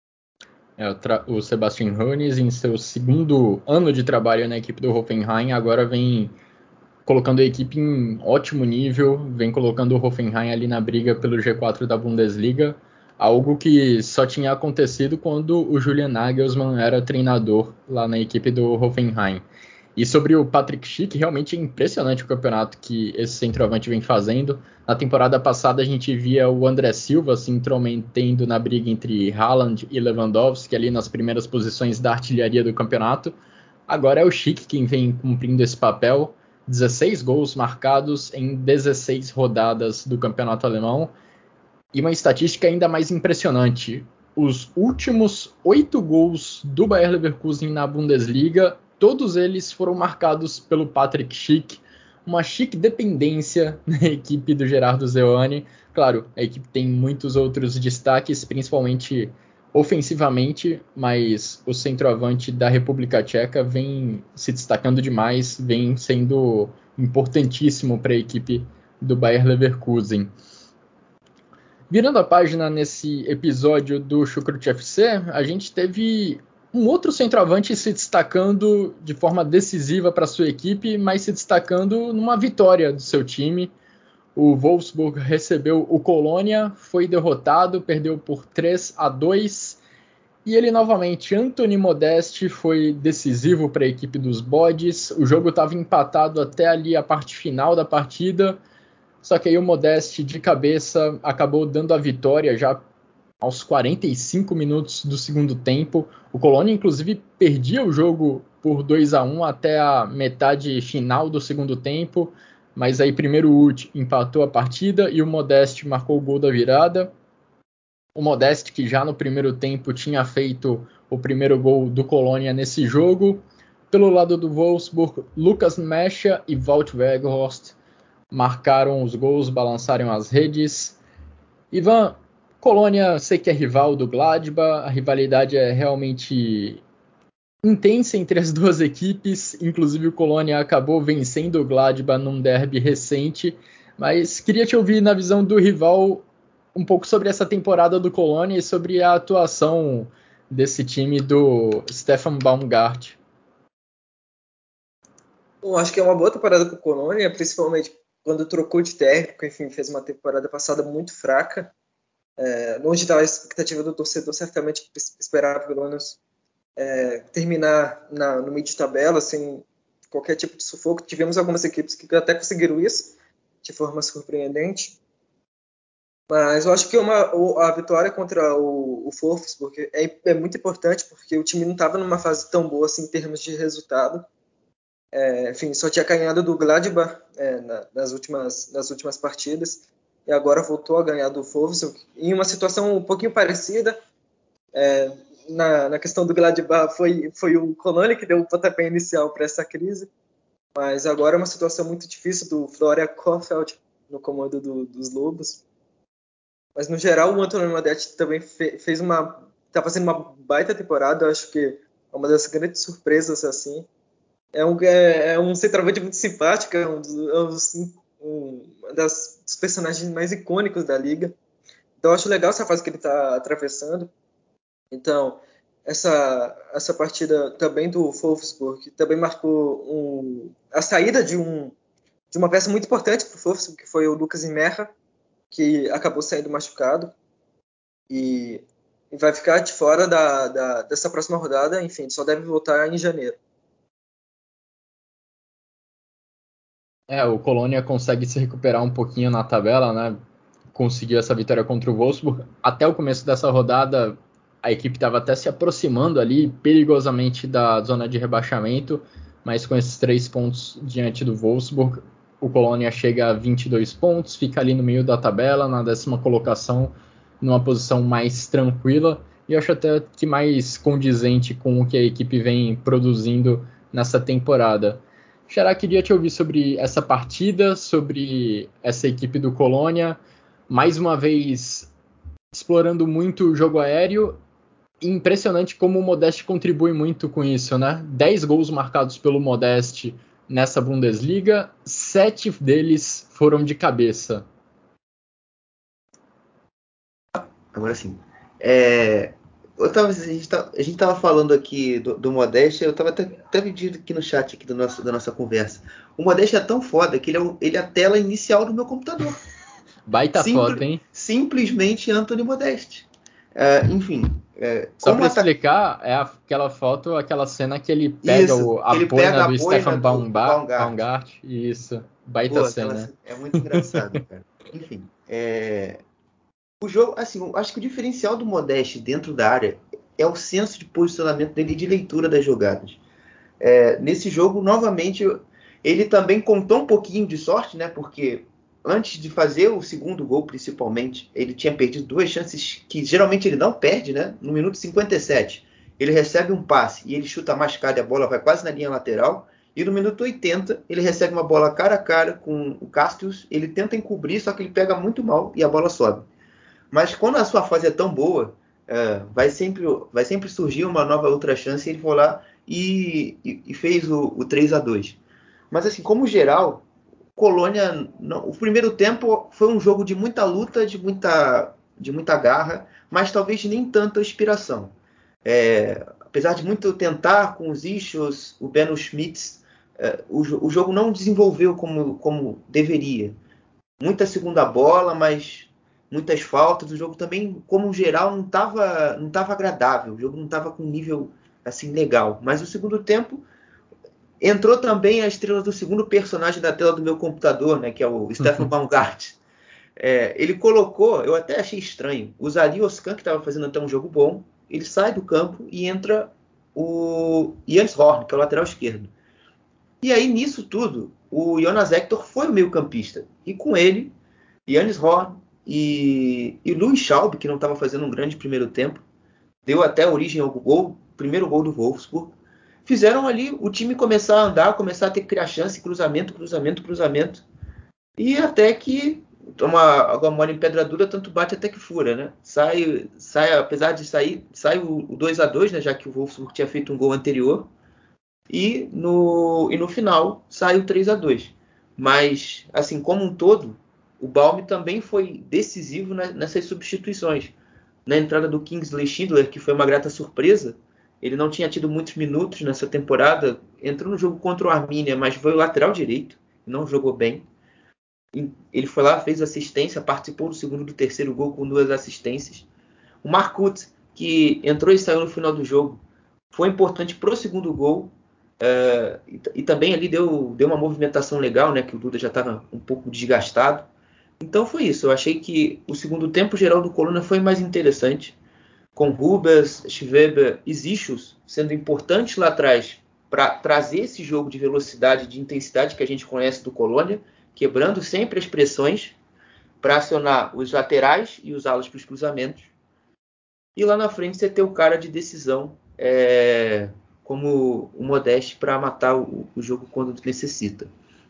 O Sebastian Hoeneß, em seu segundo ano de trabalho na equipe do Hoffenheim, agora vem colocando a equipe em ótimo nível, vem colocando o Hoffenheim ali na briga pelo G4 da Bundesliga, algo que só tinha acontecido quando o Julian Nagelsmann era treinador lá na equipe do Hoffenheim. E sobre o Patrick Schick, realmente é impressionante o campeonato que esse centroavante vem fazendo. Na temporada passada a gente via o André Silva se intrometendo na briga entre Haaland e Lewandowski, ali nas primeiras posições da artilharia do campeonato. Agora é o Schick quem vem cumprindo esse papel. 16 gols marcados em 16 rodadas do campeonato alemão. E uma estatística ainda mais impressionante. Os últimos 8 gols do Bayer Leverkusen na Bundesliga, todos eles foram marcados pelo Patrick Schick. Uma Schick dependência na equipe do Gerardo Seoane. Claro, a equipe tem muitos outros destaques, principalmente ofensivamente, mas o centroavante da República Tcheca vem se destacando demais, vem sendo importantíssimo para a equipe do Bayer Leverkusen. Virando a página nesse episódio do Chucrute FC, a gente teve um outro centroavante se destacando de forma decisiva para sua equipe, mas se destacando numa vitória do seu time. O Wolfsburg recebeu o Colônia, foi derrotado, perdeu por 3-2. E ele novamente, Anthony Modeste, foi decisivo para a equipe dos Bodes. O jogo estava empatado até ali a parte final da partida. Só que aí o Modeste, de cabeça, acabou dando a vitória já aos 45 minutos do segundo tempo. O Colônia, inclusive, perdia o jogo por 2-1 até a metade final do segundo tempo. Mas aí primeiro o Uth empatou a partida e o Modeste marcou o gol da virada. O Modeste, que já no primeiro tempo tinha feito o primeiro gol do Colônia nesse jogo. Pelo lado do Wolfsburg, Lucas Mecha e Wout Weghorst marcaram os gols, balançaram as redes. Ivan, Colônia, sei que é rival do Gladbach, a rivalidade é realmente intensa entre as duas equipes, inclusive o Colônia acabou vencendo o Gladbach num derby recente, mas queria te ouvir na visão do rival um pouco sobre essa temporada do Colônia e sobre a atuação desse time do Stefan Baumgart. Bom, acho que é uma boa temporada para o Colônia, principalmente quando trocou de técnico, enfim, fez uma temporada passada muito fraca. Longe da expectativa do torcedor, certamente esperava pelo menos terminar no meio de tabela, sem qualquer tipo de sufoco. Tivemos algumas equipes que até conseguiram isso, de forma surpreendente. Mas eu acho que a vitória contra o Wolfsburg é muito importante, porque o time não estava numa fase tão boa assim, em termos de resultado. Enfim, só tinha ganhado do Gladbach nas últimas partidas, e agora voltou a ganhar do Wolfsburg, em uma situação um pouquinho parecida. Na questão do Gladbach, foi o Colônia que deu o pontapé inicial para essa crise, mas agora é uma situação muito difícil do Florian Kohfeldt no comando dos Lobos. Mas, no geral, o Antonio Modeste também está fazendo uma baita temporada. Eu acho que é uma das grandes surpresas, assim. É um centroavante muito simpático, um dos personagens mais icônicos da liga. Então, eu acho legal essa fase que ele está atravessando. Então, essa partida também do Wolfsburg também marcou a saída de uma peça muito importante para o Wolfsburg, que foi o Lucas Imerra, que acabou saindo machucado e vai ficar de fora dessa próxima rodada. Enfim, só deve voltar em janeiro. O Colônia consegue se recuperar um pouquinho na tabela, né? Conseguiu essa vitória contra o Wolfsburg. Até o começo dessa rodada, a equipe estava até se aproximando ali perigosamente da zona de rebaixamento, mas com esses 3 pontos diante do Wolfsburg, o Colônia chega a 22 pontos, fica ali no meio da tabela, na 10ª colocação, numa posição mais tranquila, e eu acho até que mais condizente com o que a equipe vem produzindo nessa temporada. Xará, queria te ouvir sobre essa partida, sobre essa equipe do Colônia, mais uma vez explorando muito o jogo aéreo. Impressionante como o Modeste contribui muito com isso, né? 10 gols marcados pelo Modeste nessa Bundesliga, 7 deles foram de cabeça. Agora sim. A gente estava falando aqui do Modeste, eu estava até pedindo aqui no chat aqui da nossa conversa. O Modeste é tão foda que ele é a tela inicial do meu computador. Baita foto, hein? Simplesmente Anthony Modeste. Enfim. Só para explicar, é aquela foto, aquela cena que ele pega a boina do Stefan Baumgart. Isso, baita cena. É muito engraçado, cara. Enfim, o jogo, assim, eu acho que o diferencial do Modeste dentro da área é o senso de posicionamento dele e de leitura das jogadas. Nesse jogo, novamente, ele também contou um pouquinho de sorte, né? Porque antes de fazer o segundo gol, principalmente, ele tinha perdido 2 chances que geralmente ele não perde, né? No minuto 57, ele recebe um passe e ele chuta mascada e a bola vai quase na linha lateral. E no minuto 80, ele recebe uma bola cara a cara com o Castius, ele tenta encobrir, só que ele pega muito mal e a bola sobe. Mas quando a sua fase é tão boa, vai sempre surgir uma nova outra chance, e ele foi lá e fez o 3-2. Mas assim, como geral, Colônia, o primeiro tempo foi um jogo de muita luta, de muita garra, mas talvez nem tanta inspiração. Apesar de muito tentar com os Ischios, o Benno Schmitz, o jogo não desenvolveu como deveria. Muita segunda bola, mas muitas faltas. O jogo também, como geral, não estava agradável. O jogo não estava com um nível assim legal. Mas o segundo tempo entrou também a estrela do segundo personagem da tela do meu computador, né, que é o Stefan Baumgart. Ele colocou, eu até achei estranho, o Zali Oskan, que estava fazendo até um jogo bom, ele sai do campo e entra o Jens Horn, que é o lateral esquerdo. E aí, nisso tudo, o Jonas Hector foi o meio-campista. E com ele, Jens Horn e Luis Schaub, que não estava fazendo um grande primeiro tempo, deu até origem ao primeiro gol do Wolfsburg. Fizeram ali o time começar a andar, começar a criar chance, cruzamento. E até que toma água mole em pedra dura, tanto bate até que fura, né? Sai, apesar de sair, sai o 2-2, né? Já que o Wolfsburg tinha feito um gol anterior. E no final sai o 3-2. Mas, assim, como um todo, o Balme também foi decisivo nessas substituições. Na entrada do Kingsley Schindler, que foi uma grata surpresa, ele não tinha tido muitos minutos nessa temporada, entrou no jogo contra o Arminia, mas foi o lateral direito, não jogou bem. Ele foi lá, fez assistência, participou do segundo e do terceiro gol com 2 assistências. O Markut, que entrou e saiu no final do jogo, foi importante para o segundo gol. E também ali deu uma movimentação legal, né? Que o Duda já estava um pouco desgastado. Então foi isso. Eu achei que o segundo tempo geral do Colônia foi mais interessante, com Rubens, Schweber e Zichus sendo importantes lá atrás para trazer esse jogo de velocidade, de intensidade que a gente conhece do Colônia, quebrando sempre as pressões para acionar os laterais e os alas para os cruzamentos. E lá na frente você ter o cara de decisão, como o Modeste, para matar o jogo quando necessita.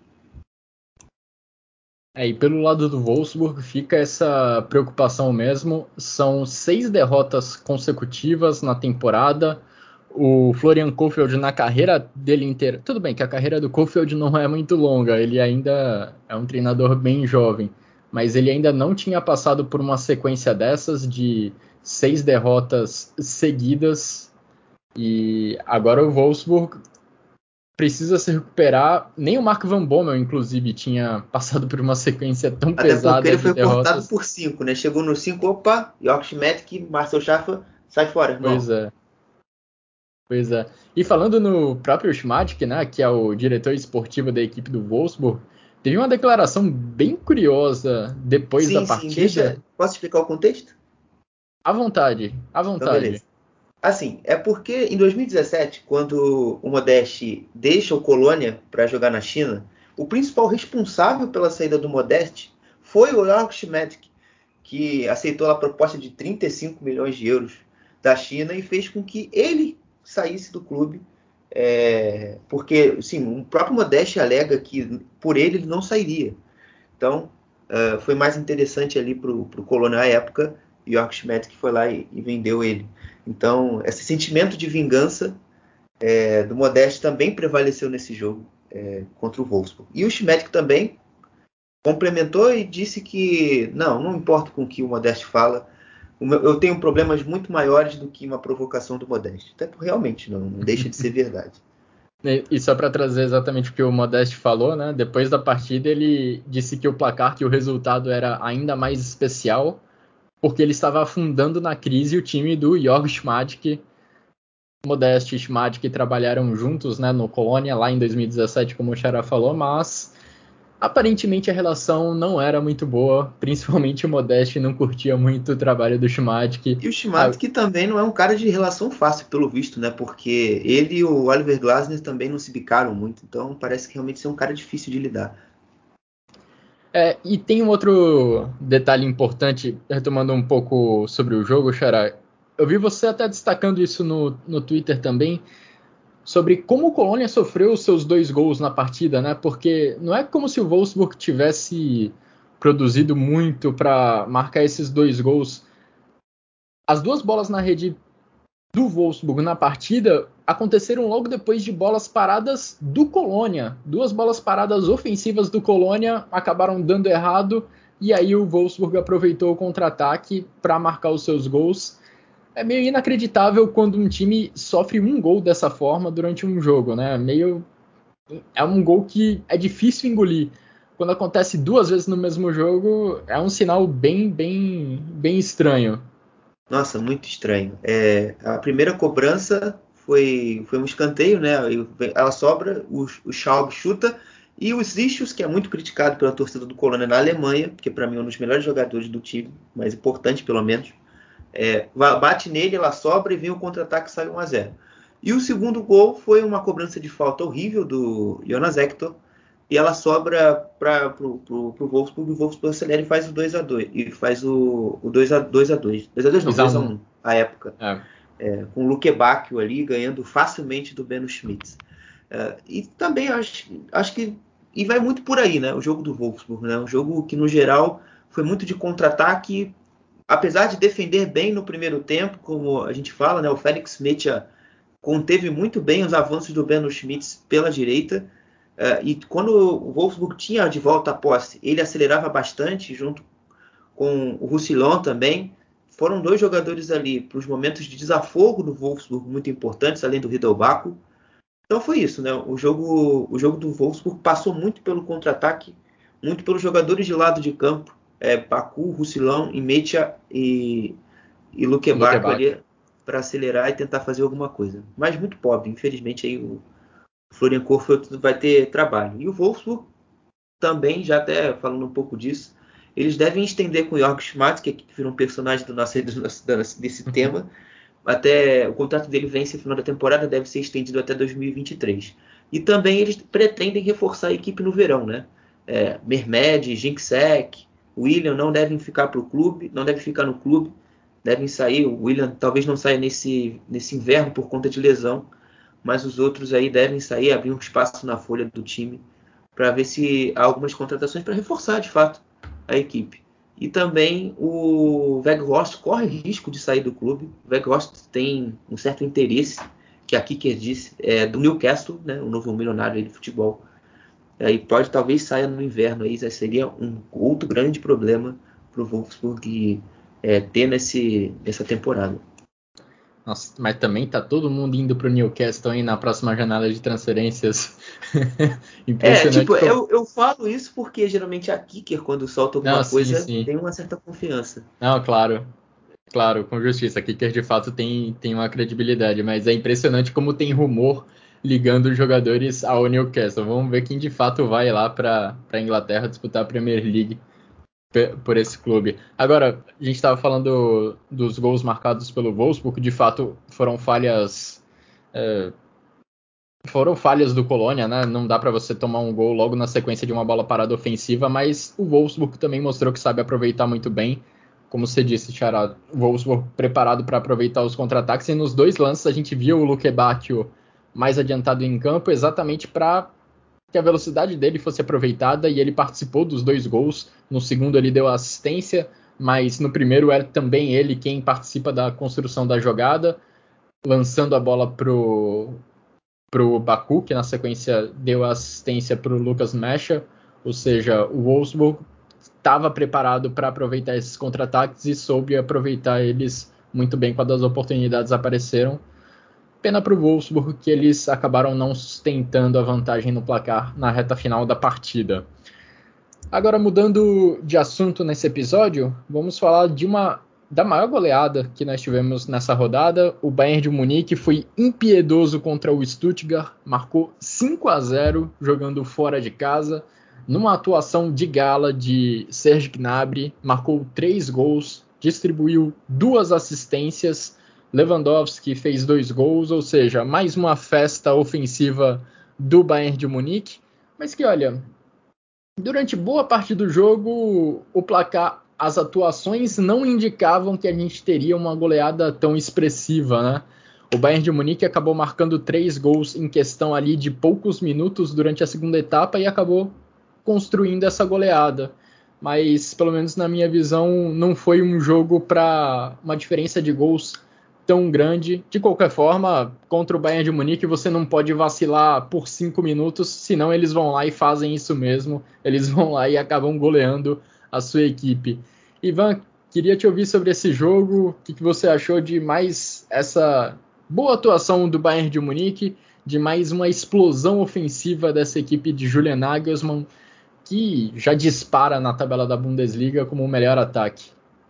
E pelo lado do Wolfsburg fica essa preocupação mesmo. São 6 derrotas consecutivas na temporada. O Florian Kohfeldt, na carreira dele inteira... Tudo bem que a carreira do Kohfeldt não é muito longa, ele ainda é um treinador bem jovem, mas ele ainda não tinha passado por uma sequência dessas de 6 derrotas seguidas. E agora o Wolfsburg precisa se recuperar. Nem o Mark Van Bommel, inclusive, tinha passado por uma sequência tão Até pesada porque ele de foi derrotas. cortado por 5, né? Chegou no 5, opa, Jörg Schmettke, Marcel Schaffer, sai fora, irmão. Pois é. E falando no próprio Schmadtke, né, que é o diretor esportivo da equipe do Wolfsburg, teve uma declaração bem curiosa depois da partida. Posso explicar o contexto? À vontade. Então, beleza. Assim, é porque em 2017, quando o Modeste deixa o Colônia para jogar na China, o principal responsável pela saída do Modeste foi o Jörg Schmettke, que aceitou a proposta de 35 milhões de euros da China e fez com que ele saísse do clube, porque sim, o próprio Modeste alega que por ele não sairia. Então, foi mais interessante ali para o Colônia à época, e Jörg Schmettke foi lá e vendeu ele. Então, esse sentimento de vingança do Modeste também prevaleceu nesse jogo contra o Wolfsburg. E o Schmettke também complementou e disse que não importa com o que o Modeste fala, eu tenho problemas muito maiores do que uma provocação do Modeste. Até porque realmente não deixa de ser verdade. E só para trazer exatamente o que o Modeste falou, né? Depois da partida ele disse que o placar, que o resultado era ainda mais especial, porque ele estava afundando na crise o time do Jörg Schmadtke. Modeste e Schmadtke trabalharam juntos, né, no Colônia lá em 2017, como o Xará falou, mas aparentemente a relação não era muito boa, principalmente o Modeste não curtia muito o trabalho do Schmadtke. E o Schmadtke também não é um cara de relação fácil, pelo visto, né? Porque ele e o Oliver Glasner também não se bicaram muito, então parece que realmente é um cara difícil de lidar. E tem um outro detalhe importante, retomando um pouco sobre o jogo, Xará. Eu vi você até destacando isso no Twitter também, sobre como o Colônia sofreu os seus 2 gols na partida, né? Porque não é como se o Wolfsburg tivesse produzido muito para marcar esses 2 gols. As 2 bolas na rede do Wolfsburg na partida aconteceram logo depois de bolas paradas do Colônia. 2 bolas paradas ofensivas do Colônia acabaram dando errado e aí o Wolfsburg aproveitou o contra-ataque para marcar os seus gols. É meio inacreditável quando um time sofre 1 gol dessa forma durante um jogo, né? É um gol que é difícil engolir. Quando acontece 2 vezes no mesmo jogo, é um sinal bem estranho. Nossa, muito estranho. A primeira cobrança foi um escanteio, né? Ela sobra, o Schaub chuta, e o Zichus, que é muito criticado pela torcida do Colônia na Alemanha, porque para mim é um dos melhores jogadores do time, mais importante pelo menos, bate nele, ela sobra e vem o contra-ataque e sai 1-0. E o segundo gol foi uma cobrança de falta horrível do Jonas Hector, e ela sobra para o Wolfsburg, o Wolfsburg acelera e faz o 2-2, e faz o 2-2, 2-1 à época, com o Luke Bacchio ali ganhando facilmente do Benno Schmitz. E também acho que E vai muito por aí, né? O jogo do Wolfsburg, né? Um jogo que, no geral, foi muito de contra-ataque, apesar de defender bem no primeiro tempo, como a gente fala, né? O Felix Mecha conteve muito bem os avanços do Benno Schmitz pela direita. E quando o Wolfsburg tinha de volta a posse, ele acelerava bastante, junto com o Roussillon também. Foram 2 jogadores ali para os momentos de desafogo do Wolfsburg muito importantes, além do Riedel-Baco. Então foi isso, né? O jogo do Wolfsburg passou muito pelo contra-ataque, muito pelos jogadores de lado de campo, Baku, Roussillon, Imetia e Luque Bacchio ali para acelerar e tentar fazer alguma coisa. Mas muito pobre, infelizmente aí o Florian Kohfeldt vai ter trabalho. E o Wolfsburg também, já até falando um pouco disso, eles devem estender com o Jörg Schmatt, que virou um personagem desse tema. Até o contrato dele vence no final da temporada, deve ser estendido até 2023. E também eles pretendem reforçar a equipe no verão, né? Mermed, Jinksek, William não devem ficar para o clube, não devem ficar no clube, devem sair. O William talvez não saia nesse inverno por conta de lesão, mas os outros aí devem sair, abrir um espaço na folha do time para ver se há algumas contratações para reforçar de fato a equipe. E também o Weghorst corre risco de sair do clube. O Weghorst tem um certo interesse, que a Kicker disse, do Newcastle, né, o novo milionário de futebol. E pode talvez saia no inverno, aí seria um outro grande problema para o Wolfsburg ter nessa temporada. Nossa, mas também tá todo mundo indo pro Newcastle aí na próxima janela de transferências. Impressionante. Eu falo isso porque geralmente a Kicker, quando solta alguma coisa, sim. tem uma certa confiança. Não, claro, com justiça. A Kicker de fato tem uma credibilidade, mas é impressionante como tem rumor ligando os jogadores ao Newcastle. Vamos ver quem de fato vai lá para a Inglaterra disputar a Premier League por esse clube. Agora, a gente estava falando dos gols marcados pelo Wolfsburg, de fato foram falhas do Colônia, né? Não dá para você tomar um gol logo na sequência de uma bola parada ofensiva, mas o Wolfsburg também mostrou que sabe aproveitar muito bem. Como você disse, Xará, o Wolfsburg preparado para aproveitar os contra-ataques, e nos 2 lances a gente viu o Luque Bacchio mais adiantado em campo, exatamente para que a velocidade dele fosse aproveitada, e ele participou dos 2 gols. No segundo ele deu assistência, mas no primeiro é também ele quem participa da construção da jogada, lançando a bola pro Baku, que na sequência deu assistência para o Lucas Mecha. Ou seja, o Wolfsburg estava preparado para aproveitar esses contra-ataques e soube aproveitar eles muito bem quando as oportunidades apareceram. Pena para o Wolfsburg que eles acabaram não sustentando a vantagem no placar na reta final da partida. Agora, mudando de assunto nesse episódio, vamos falar da maior goleada que nós tivemos nessa rodada. O Bayern de Munique foi impiedoso contra o Stuttgart, marcou 5-0 jogando fora de casa, numa atuação de gala de Serge Gnabry, marcou 3 gols, distribuiu 2 assistências, Lewandowski fez 2 gols, ou seja, mais uma festa ofensiva do Bayern de Munique, mas que, olha, durante boa parte do jogo, o placar, as atuações não indicavam que a gente teria uma goleada tão expressiva, né? O Bayern de Munique acabou marcando 3 gols em questão ali de poucos minutos durante a segunda etapa e acabou construindo essa goleada. Mas, pelo menos na minha visão, não foi um jogo para uma diferença de gols tão grande. De qualquer forma, contra o Bayern de Munique você não pode vacilar por 5 minutos, senão eles vão lá e fazem isso mesmo. Eles vão lá e acabam goleando a sua equipe. Ivan, queria te ouvir sobre esse jogo. O que você achou de mais essa boa atuação do Bayern de Munique, de mais uma explosão ofensiva dessa equipe de Julian Nagelsmann, que já dispara na tabela da Bundesliga como o melhor ataque?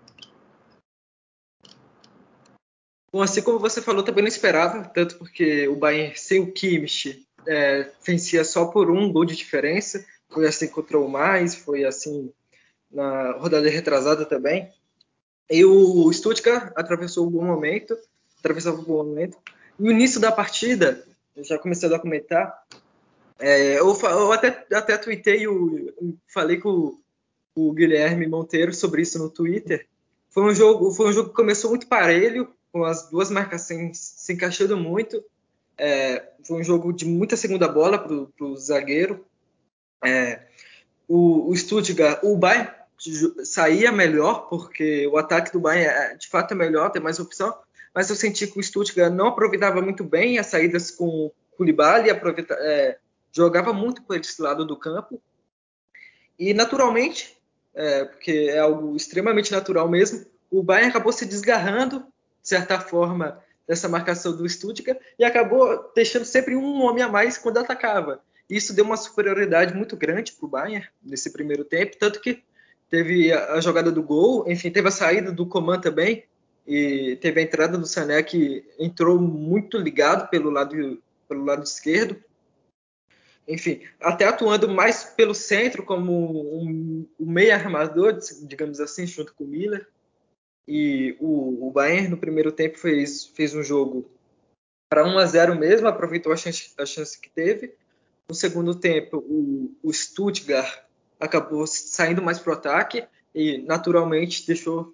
Bom, assim como você falou, também não esperava, tanto porque o Bayern sem o Kimmich vencia só por 1 gol de diferença. Foi assim contra o Mais, foi assim na rodada retrasada também. E o Stuttgart atravessava um bom momento. No início da partida, eu já comecei a documentar, eu até tuitei, falei com o Guilherme Monteiro sobre isso no Twitter. Foi um jogo que começou muito parelho, com as 2 marcações se encaixando muito. Foi um jogo de muita segunda bola para o zagueiro. O Stuttgart, o Bayern saía melhor, porque o ataque do Bayern de fato é melhor, tem mais opção, mas eu senti que o Stuttgart não aproveitava muito bem as saídas com o Koulibaly, jogava muito por esse lado do campo, e naturalmente, porque é algo extremamente natural mesmo, o Bayern acabou se desgarrando, de certa forma, dessa marcação do Stuttgart, e acabou deixando sempre um homem a mais quando atacava. Isso deu uma superioridade muito grande para o Bayern nesse primeiro tempo, tanto que teve a jogada do gol, enfim, teve a saída do Coman também, e teve a entrada do Sané, que entrou muito ligado pelo lado esquerdo, enfim, até atuando mais pelo centro como um meia armador, digamos assim, junto com o Miller. E o Bayern no primeiro tempo fez um jogo para 1-0 mesmo, aproveitou a chance que teve. No segundo tempo, o Stuttgart acabou saindo mais para o ataque e naturalmente deixou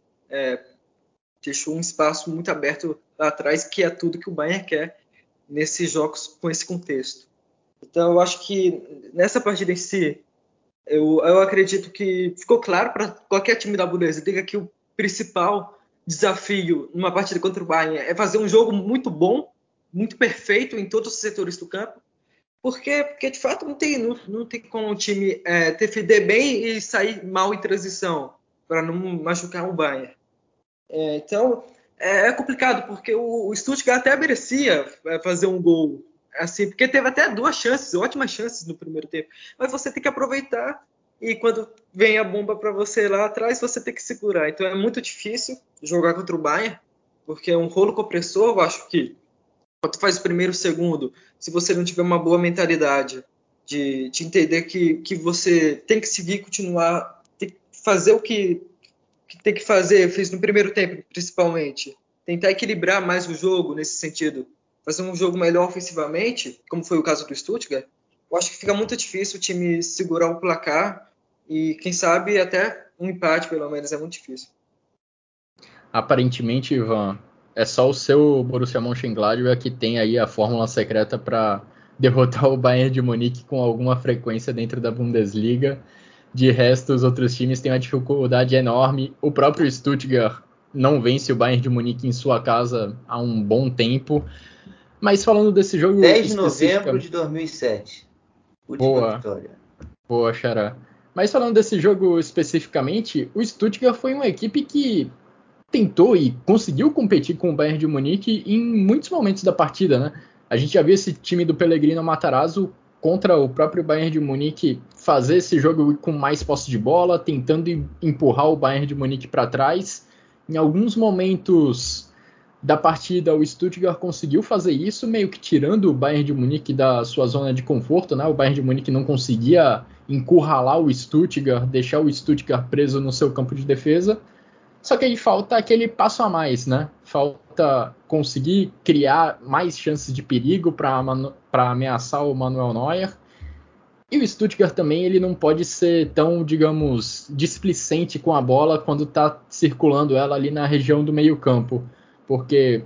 um espaço muito aberto lá atrás, que é tudo que o Bayern quer nesses jogos com esse contexto. Então eu acho que nessa partida em si, eu acredito que ficou claro para qualquer time da Bundesliga que o principal desafio numa partida contra o Bayern é fazer um jogo muito bom, muito perfeito em todos os setores do campo, porque de fato não tem como o time defender bem e sair mal em transição, para não machucar o Bayern. Então é complicado, porque o Stuttgart até merecia fazer um gol, assim, porque teve até 2 chances, ótimas chances no primeiro tempo, mas você tem que aproveitar, e quando vem a bomba para você lá atrás, você tem que segurar. Então é muito difícil jogar contra o Bayern, porque é um rolo compressor. Eu acho que quando faz o primeiro e o segundo, se você não tiver uma boa mentalidade de entender que você tem que seguir, continuar, tem que fazer o que tem que fazer, fez no primeiro tempo principalmente, tentar equilibrar mais o jogo nesse sentido, fazer um jogo melhor ofensivamente, como foi o caso do Stuttgart, eu acho que fica muito difícil o time segurar o placar e quem sabe até um empate pelo menos, é muito difícil. Aparentemente, Ivan, é só o seu Borussia Mönchengladbach que tem aí a fórmula secreta para derrotar o Bayern de Munique com alguma frequência dentro da Bundesliga. De resto, os outros times têm uma dificuldade enorme. O próprio Stuttgart não vence o Bayern de Munique em sua casa há um bom tempo. Mas falando desse jogo 10 de novembro de 2007. Última vitória. Boa, Xará. Mas falando desse jogo especificamente, o Stuttgart foi uma equipe que tentou e conseguiu competir com o Bayern de Munique em muitos momentos da partida, né? A gente já viu esse time do Pellegrino Matarazzo contra o próprio Bayern de Munique fazer esse jogo com mais posse de bola, tentando empurrar o Bayern de Munique para trás. Em alguns momentos da partida, o Stuttgart conseguiu fazer isso, meio que tirando o Bayern de Munique da sua zona de conforto, né? O Bayern de Munique não conseguia encurralar o Stuttgart, deixar o Stuttgart preso no seu campo de defesa. Só que aí falta aquele passo a mais, né? Falta conseguir criar mais chances de perigo para ameaçar o Manuel Neuer. E o Stuttgart também, ele não pode ser tão, digamos, displicente com a bola quando está circulando ela ali na região do meio-campo. Porque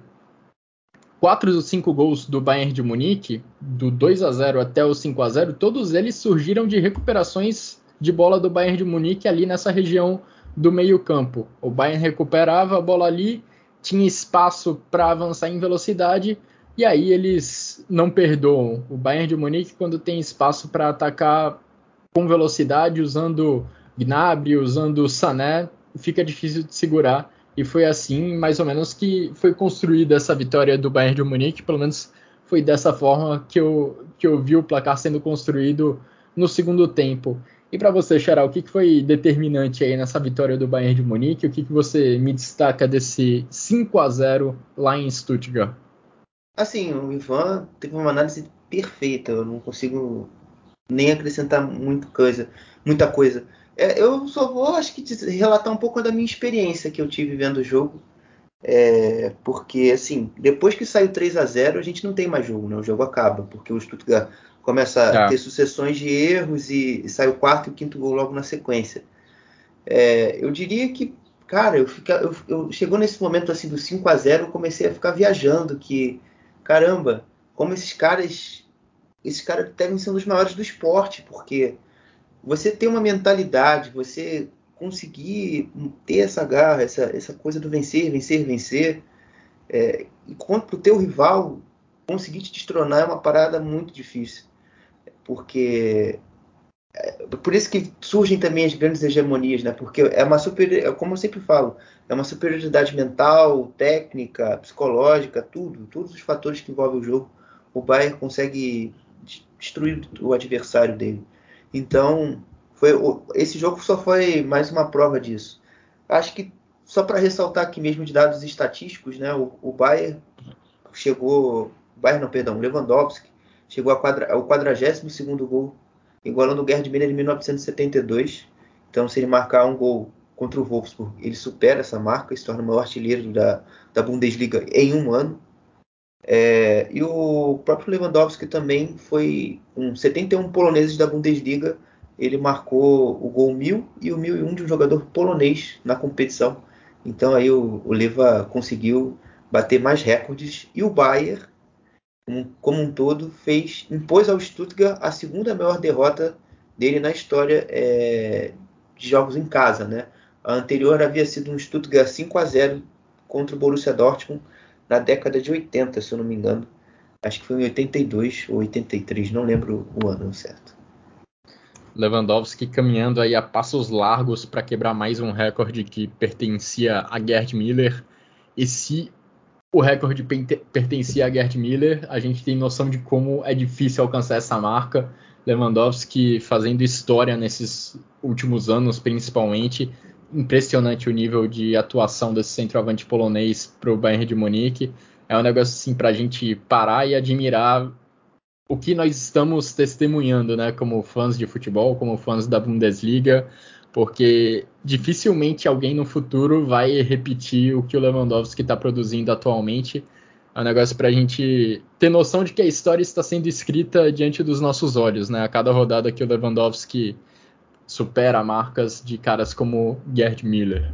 4 dos 5 gols do Bayern de Munique, do 2-0 até o 5-0, todos eles surgiram de recuperações de bola do Bayern de Munique ali nessa região do meio-campo. O Bayern recuperava a bola ali, tinha espaço para avançar em velocidade, e aí eles não perdoam. O Bayern de Munique, quando tem espaço para atacar com velocidade, usando Gnabry, usando Sané, fica difícil de segurar. E foi assim, mais ou menos, que foi construída essa vitória do Bayern de Munique. Pelo menos foi dessa forma que eu vi o placar sendo construído no segundo tempo. E para você, Xará, o que foi determinante aí nessa vitória do Bayern de Munique? O que você me destaca desse 5-0 lá em Stuttgart? Assim, o Ivan teve uma análise perfeita. Eu não consigo nem acrescentar muita coisa. Eu só vou, acho que, relatar um pouco da minha experiência que eu tive vendo o jogo. Porque, assim, depois que sai o 3-0, a gente não tem mais jogo, né? O jogo acaba, porque o Stuttgart começa a ter sucessões de erros e sai o 4º e o 5º gol logo na sequência. Eu diria que, cara, eu chegou nesse momento assim do 5-0, eu comecei a ficar viajando, que, caramba, como esses caras devem ser um dos maiores do esporte, porque você ter uma mentalidade, você conseguir ter essa garra, essa coisa do vencer, vencer, vencer, e contra o teu rival, conseguir te destronar é uma parada muito difícil. Porque por isso que surgem também as grandes hegemonias, né? Porque como eu sempre falo, é uma superioridade mental, técnica, psicológica, todos os fatores que envolvem o jogo. O Bayern consegue destruir o adversário dele. Então, esse jogo só foi mais uma prova disso. Acho que só para ressaltar aqui mesmo de dados estatísticos, né? O Bayern chegou, Bayern não, perdão, Lewandowski chegou ao 42º gol, igualando o Gerd Müller em 1972. Então, se ele marcar um gol contra o Wolfsburg, ele supera essa marca e se torna o maior artilheiro da Bundesliga em um ano. E o próprio Lewandowski também foi 71 poloneses da Bundesliga. Ele marcou o gol 1000 e o 1001 de um jogador polonês na competição. Então aí o Leva conseguiu bater mais recordes. E o Bayern, como um todo, impôs ao Stuttgart a segunda maior derrota dele na história de jogos em casa, né? A anterior havia sido um Stuttgart 5-0 contra o Borussia Dortmund na década de 80, se eu não me engano. Acho que foi em 82 ou 83, não lembro o ano certo. Lewandowski caminhando aí a passos largos para quebrar mais um recorde que pertencia a Gerd Müller. E se o recorde pertencia a Gerd Müller, a gente tem noção de como é difícil alcançar essa marca. Lewandowski fazendo história nesses últimos anos, principalmente. Impressionante o nível de atuação desse centroavante polonês para o Bayern de Munique. É um negócio assim para a gente parar e admirar o que nós estamos testemunhando, né, como fãs de futebol, como fãs da Bundesliga, porque dificilmente alguém no futuro vai repetir o que o Lewandowski está produzindo atualmente. É um negócio para a gente ter noção de que a história está sendo escrita diante dos nossos olhos, né? A cada rodada que o Lewandowski supera marcas de caras como Gerd Müller.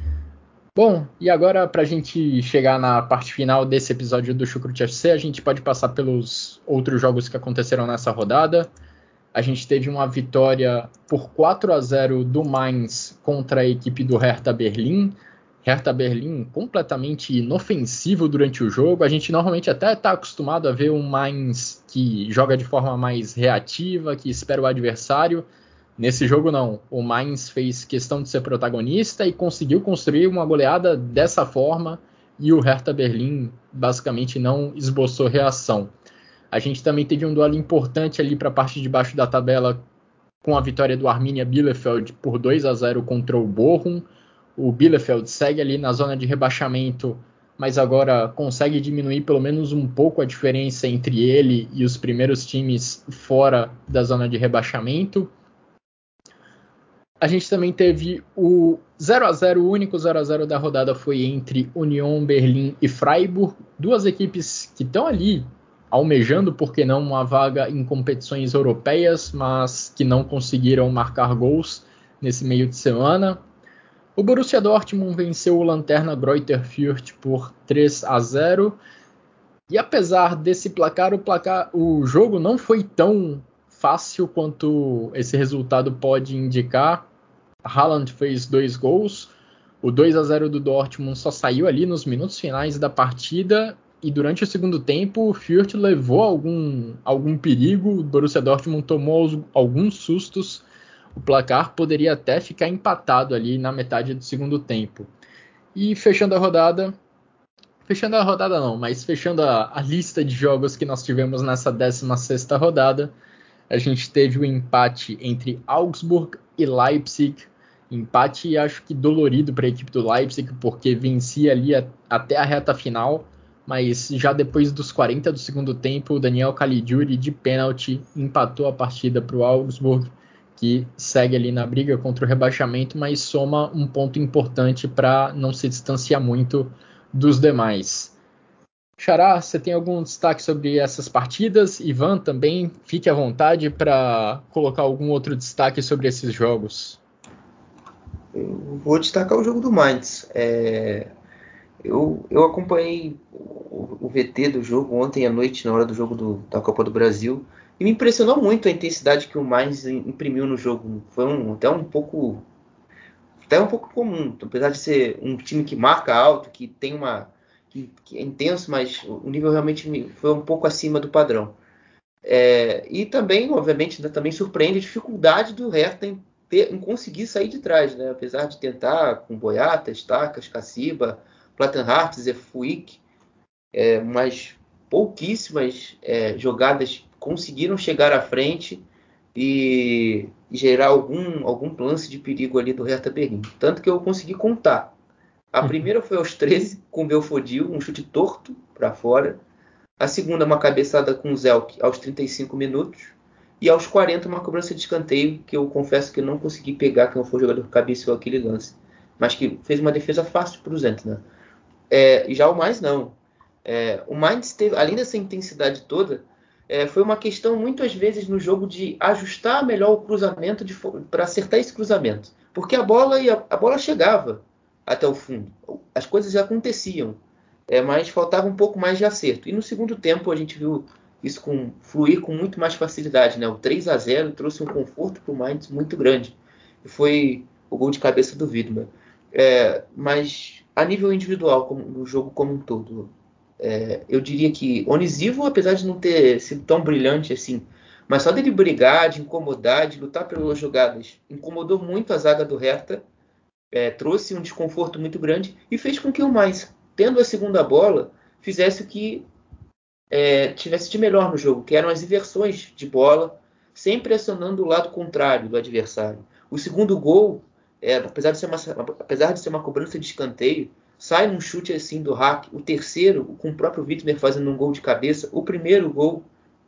Bom, e agora para a gente chegar na parte final desse episódio do Chucrute FC, a gente pode passar pelos outros jogos que aconteceram nessa rodada. A gente teve uma vitória por 4-0 do Mainz contra a equipe do Hertha Berlim. Hertha Berlim completamente inofensivo durante o jogo. A gente normalmente até está acostumado a ver um Mainz que joga de forma mais reativa, que espera o adversário. Nesse jogo não, o Mainz fez questão de ser protagonista e conseguiu construir uma goleada dessa forma e o Hertha Berlim basicamente não esboçou reação. A gente também teve um duelo importante ali para a parte de baixo da tabela com a vitória do Arminia Bielefeld por 2-0 contra o Bochum. O Bielefeld segue ali na zona de rebaixamento, mas agora consegue diminuir pelo menos um pouco a diferença entre ele e os primeiros times fora da zona de rebaixamento. A gente também teve o 0-0, o único 0-0 da rodada foi entre Union Berlim e Freiburg, duas equipes que estão ali almejando, por que não, uma vaga em competições europeias, mas que não conseguiram marcar gols nesse meio de semana. O Borussia Dortmund venceu o Lanterna Greuther Fürth por 3-0, e apesar desse placar, o jogo não foi tão fácil quanto esse resultado pode indicar. Haaland fez 2 gols, o 2-0 do Dortmund só saiu ali nos minutos finais da partida e durante o segundo tempo o Fürth levou algum perigo, o Borussia Dortmund tomou alguns sustos, o placar poderia até ficar empatado ali na metade do segundo tempo. E fechando a rodada não, mas fechando a lista de jogos que nós tivemos nessa 16ª rodada, a gente teve o empate entre Augsburg e Leipzig, empate acho que dolorido para a equipe do Leipzig, porque vencia ali até a reta final, mas já depois dos 40 do segundo tempo, o Daniel Caligiuri de pênalti empatou a partida para o Augsburg, que segue ali na briga contra o rebaixamento, mas soma um ponto importante para não se distanciar muito dos demais. Xará, você tem algum destaque sobre essas partidas? Ivan também, fique à vontade para colocar algum outro destaque sobre esses jogos. Eu vou destacar o jogo do Mainz. Eu acompanhei o VT do jogo ontem à noite, na hora do jogo da Copa do Brasil, E me impressionou muito a intensidade que o Mainz imprimiu no jogo. Foi até um pouco comum, apesar de ser um time que marca alto, que tem que é intenso, mas o nível realmente foi um pouco acima do padrão. E também, obviamente, né, também surpreende a dificuldade do Hertha em conseguir sair de trás, né? Apesar de tentar com Boyata, Stakas, Kassiba, Plattenhardt, Zefuik, mas pouquíssimas jogadas conseguiram chegar à frente e gerar algum lance de perigo ali do Hertha Berlim. Tanto que eu consegui contar. A primeira foi aos 13, com o Belfodil, um chute torto para fora. A segunda, uma cabeçada com o Zelk aos 35 minutos. E aos 40, uma cobrança de escanteio, que eu confesso que eu não consegui pegar, que não foi o jogador que cabeceou aquele lance. Mas que fez uma defesa fácil para o Zentner. Já o mais não. O Mainz teve, além dessa intensidade toda, foi uma questão muitas vezes no jogo de ajustar melhor o cruzamento para acertar esse cruzamento. Porque a bola chegava até o fundo. As coisas aconteciam. Mas faltava um pouco mais de acerto. E no segundo tempo a gente viu isso fluir com muito mais facilidade. Né? O 3-0 trouxe um conforto para o Mainz muito grande. E foi o gol de cabeça do Widmer. Mas a nível individual, no jogo como um todo, eu diria que Onisivo, apesar de não ter sido tão brilhante assim, mas só dele brigar, de incomodar, de lutar pelas jogadas, incomodou muito a zaga do Hertha, trouxe um desconforto muito grande e fez com que o Mainz, tendo a segunda bola, fizesse o que tivesse de melhor no jogo, que eram as inversões de bola, sempre acionando o lado contrário do adversário. O segundo gol, apesar de ser uma cobrança de escanteio, sai num chute assim do Hack. O terceiro, com o próprio Widmer fazendo um gol de cabeça. O primeiro gol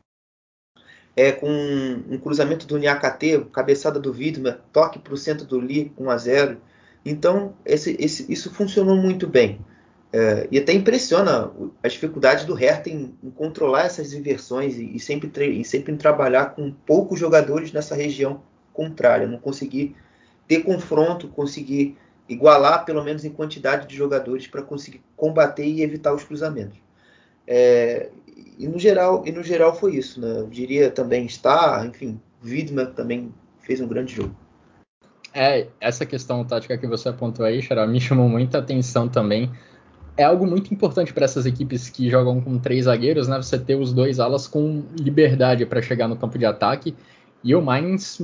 com um cruzamento do Niakate, cabeçada do Widmer, toque para o centro do Lee, 1-0. Então, isso funcionou muito bem. E até impressiona a dificuldade do Hertha em controlar essas inversões e sempre em trabalhar com poucos jogadores nessa região contrária. Não conseguir ter confronto, conseguir igualar pelo menos em quantidade de jogadores para conseguir combater e evitar os cruzamentos. E no geral foi isso, né? Eu diria também enfim, Widmer também fez um grande jogo. Essa questão tática que você apontou aí, Xará, me chamou muita atenção também. É algo muito importante para essas equipes que jogam com 3 zagueiros, né? Você ter os 2 alas com liberdade para chegar no campo de ataque. E o Mainz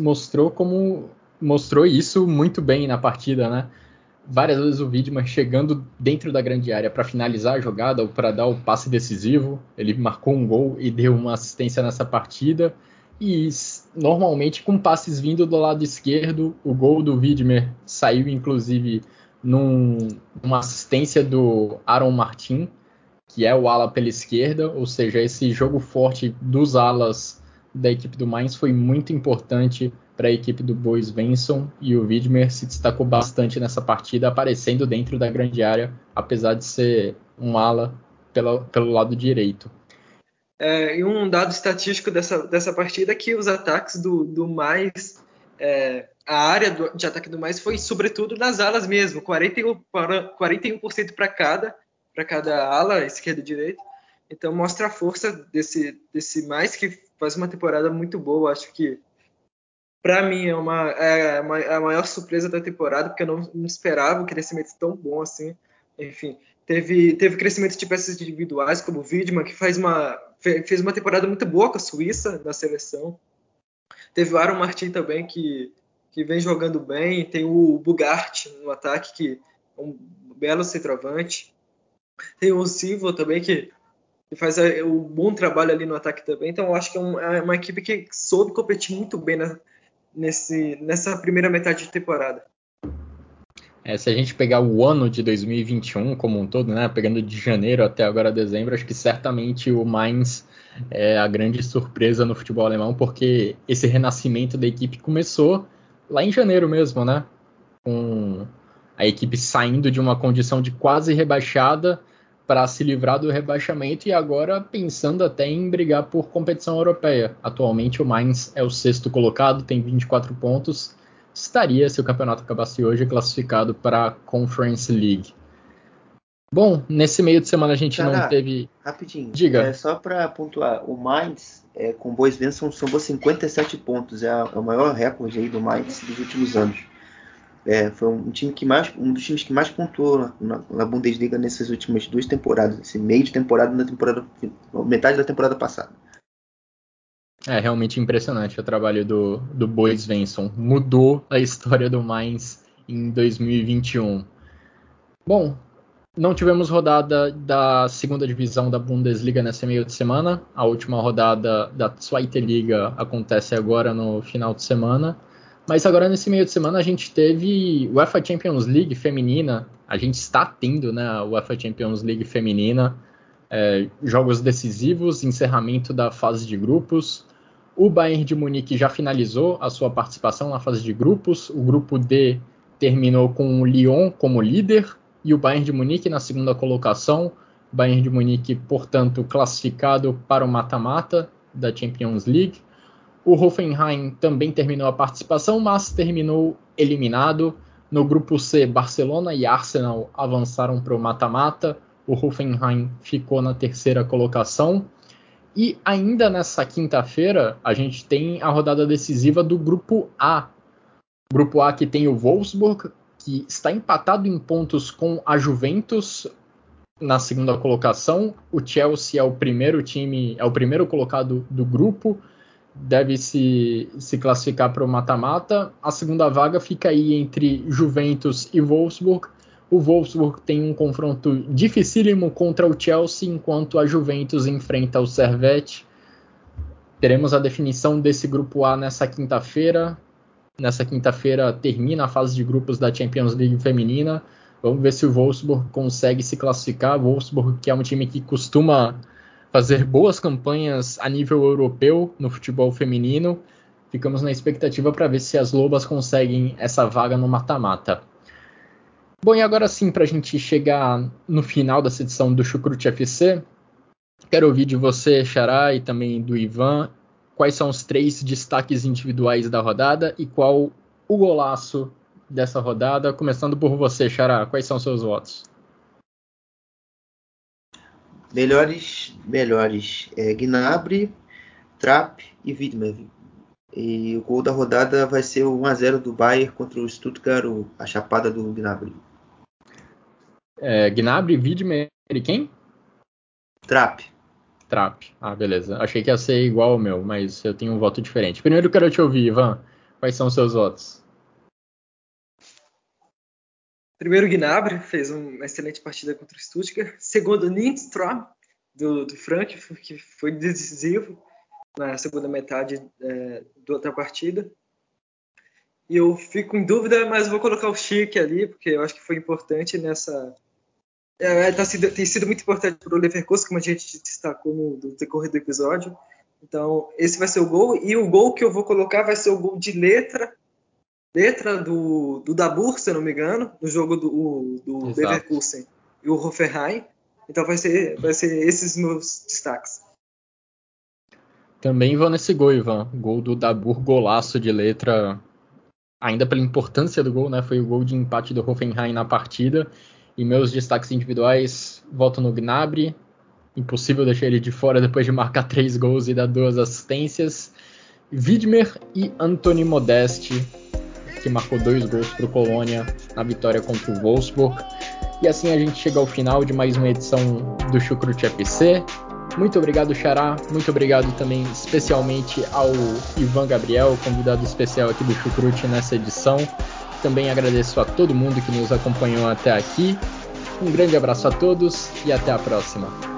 mostrou isso muito bem na partida, né? Várias vezes o Widmer chegando dentro da grande área para finalizar a jogada ou para dar o passe decisivo. Ele marcou um gol e deu uma assistência nessa partida. E normalmente com passes vindo do lado esquerdo, o gol do Widmer saiu inclusive numa assistência do Aaron Martin, que é o ala pela esquerda, ou seja, esse jogo forte dos alas da equipe do Mainz foi muito importante para a equipe do Boris Svensson, e o Widmer se destacou bastante nessa partida, aparecendo dentro da grande área, apesar de ser um ala pelo lado direito. E um dado estatístico dessa partida é que os ataques do Mainz, a área de ataque do Mainz foi sobretudo nas alas mesmo, 41% para cada ala, esquerda e direita. Então mostra a força desse Mainz, que faz uma temporada muito boa. Acho que para mim é a maior surpresa da temporada, porque eu não esperava um crescimento tão bom assim. Enfim, teve crescimento de peças individuais, como o Widmer, que fez uma temporada muito boa com a Suíça na seleção. Teve o Aaron Martin também, que vem jogando bem. Tem o Bugart no ataque, que é um belo centroavante. Tem o Silva também, que faz um bom trabalho ali no ataque também. Então eu acho que é uma equipe que soube competir muito bem nessa primeira metade de temporada. Se a gente pegar o ano de 2021 como um todo, né, pegando de janeiro até agora dezembro, acho que certamente o Mainz é a grande surpresa no futebol alemão, porque esse renascimento da equipe começou lá em janeiro mesmo, né, com a equipe saindo de uma condição de quase rebaixada para se livrar do rebaixamento e agora pensando até em brigar por competição europeia. Atualmente o Mainz é o 6º colocado, tem 24 pontos, estaria, se o campeonato acabasse hoje, classificado para a Conference League. Bom, nesse meio de semana a gente não teve... Rapidinho. Diga. Só para pontuar, o Mainz, com o Boas Svensson, somou 57 pontos. É o maior recorde aí do Mainz dos últimos anos. Foi um dos times que mais pontuou na Bundesliga nessas últimas 2 temporadas. Esse meio de temporada metade da temporada passada. É realmente impressionante o trabalho do Boas Svensson. Mudou a história do Mainz em 2021. Bom, não tivemos rodada da segunda divisão da Bundesliga nesse meio de semana. A última rodada da Zweite Liga acontece agora no final de semana. Mas agora nesse meio de semana a gente teve UEFA Champions League feminina. A gente está tendo, né, a UEFA Champions League feminina. Jogos decisivos, encerramento da fase de grupos. O Bayern de Munique já finalizou a sua participação na fase de grupos. O grupo D terminou com o Lyon como líder e o Bayern de Munique na segunda colocação. O Bayern de Munique, portanto, classificado para o mata-mata da Champions League. O Hoffenheim também terminou a participação, mas terminou eliminado. No grupo C, Barcelona e Arsenal avançaram para o mata-mata. O Hoffenheim ficou na terceira colocação. E ainda nessa quinta-feira, a gente tem a rodada decisiva do Grupo A. Grupo A que tem o Wolfsburg, que está empatado em pontos com a Juventus na segunda colocação. O Chelsea é o primeiro colocado do grupo, deve se classificar para o mata-mata. A segunda vaga fica aí entre Juventus e Wolfsburg. O Wolfsburg tem um confronto dificílimo contra o Chelsea, enquanto a Juventus enfrenta o Servette. Teremos a definição desse grupo A nessa quinta-feira. Nessa quinta-feira termina a fase de grupos da Champions League feminina. Vamos ver se o Wolfsburg consegue se classificar. O Wolfsburg, que é um time que costuma fazer boas campanhas a nível europeu no futebol feminino. Ficamos na expectativa para ver se as Lobas conseguem essa vaga no mata-mata. Bom, e agora sim, para a gente chegar no final dessa edição do Chucrute FC, quero ouvir de você, Xará, e também do Ivan, quais são os 3 destaques individuais da rodada e qual o golaço dessa rodada. Começando por você, Xará, quais são os seus votos? Melhores. Gnabry, Trapp e Widmer. E o gol da rodada vai ser o 1-0 do Bayern contra o Stuttgart, a chapada do Gnabry. Gnabry, Widmer e quem? Trapp. Ah, beleza. Achei que ia ser igual ao meu, mas eu tenho um voto diferente. Primeiro quero te ouvir, Ivan. Quais são os seus votos? Primeiro, Gnabry fez uma excelente partida contra o Stuttgart. Segundo, Lindström, do Frankfurt, que foi decisivo na segunda metade da outra partida. E eu fico em dúvida, mas vou colocar o Schick ali, porque eu acho que foi importante nessa... tem sido muito importante para o Leverkusen, como a gente destacou no decorrer do episódio. Então, esse vai ser o gol. E o gol que eu vou colocar vai ser o gol de letra do Dabur, se eu não me engano, no jogo do Leverkusen e o Hoffenheim. Então vai ser esses meus destaques. Também vou nesse gol, Ivan. Gol do Dabur, golaço de letra. Ainda pela importância do gol, né? Foi o gol de empate do Hoffenheim na partida. E meus destaques individuais, voto no Gnabry. Impossível deixar ele de fora depois de marcar 3 gols e dar 2 assistências. Widmer e Anthony Modeste, que marcou 2 gols para o Colônia na vitória contra o Wolfsburg. E assim a gente chega ao final de mais uma edição do Chucrute FC. Muito obrigado, Xará. Muito obrigado também especialmente ao Ivan Gabriel, convidado especial aqui do Chucrute nessa edição. Também agradeço a todo mundo que nos acompanhou até aqui. Um grande abraço a todos e até a próxima.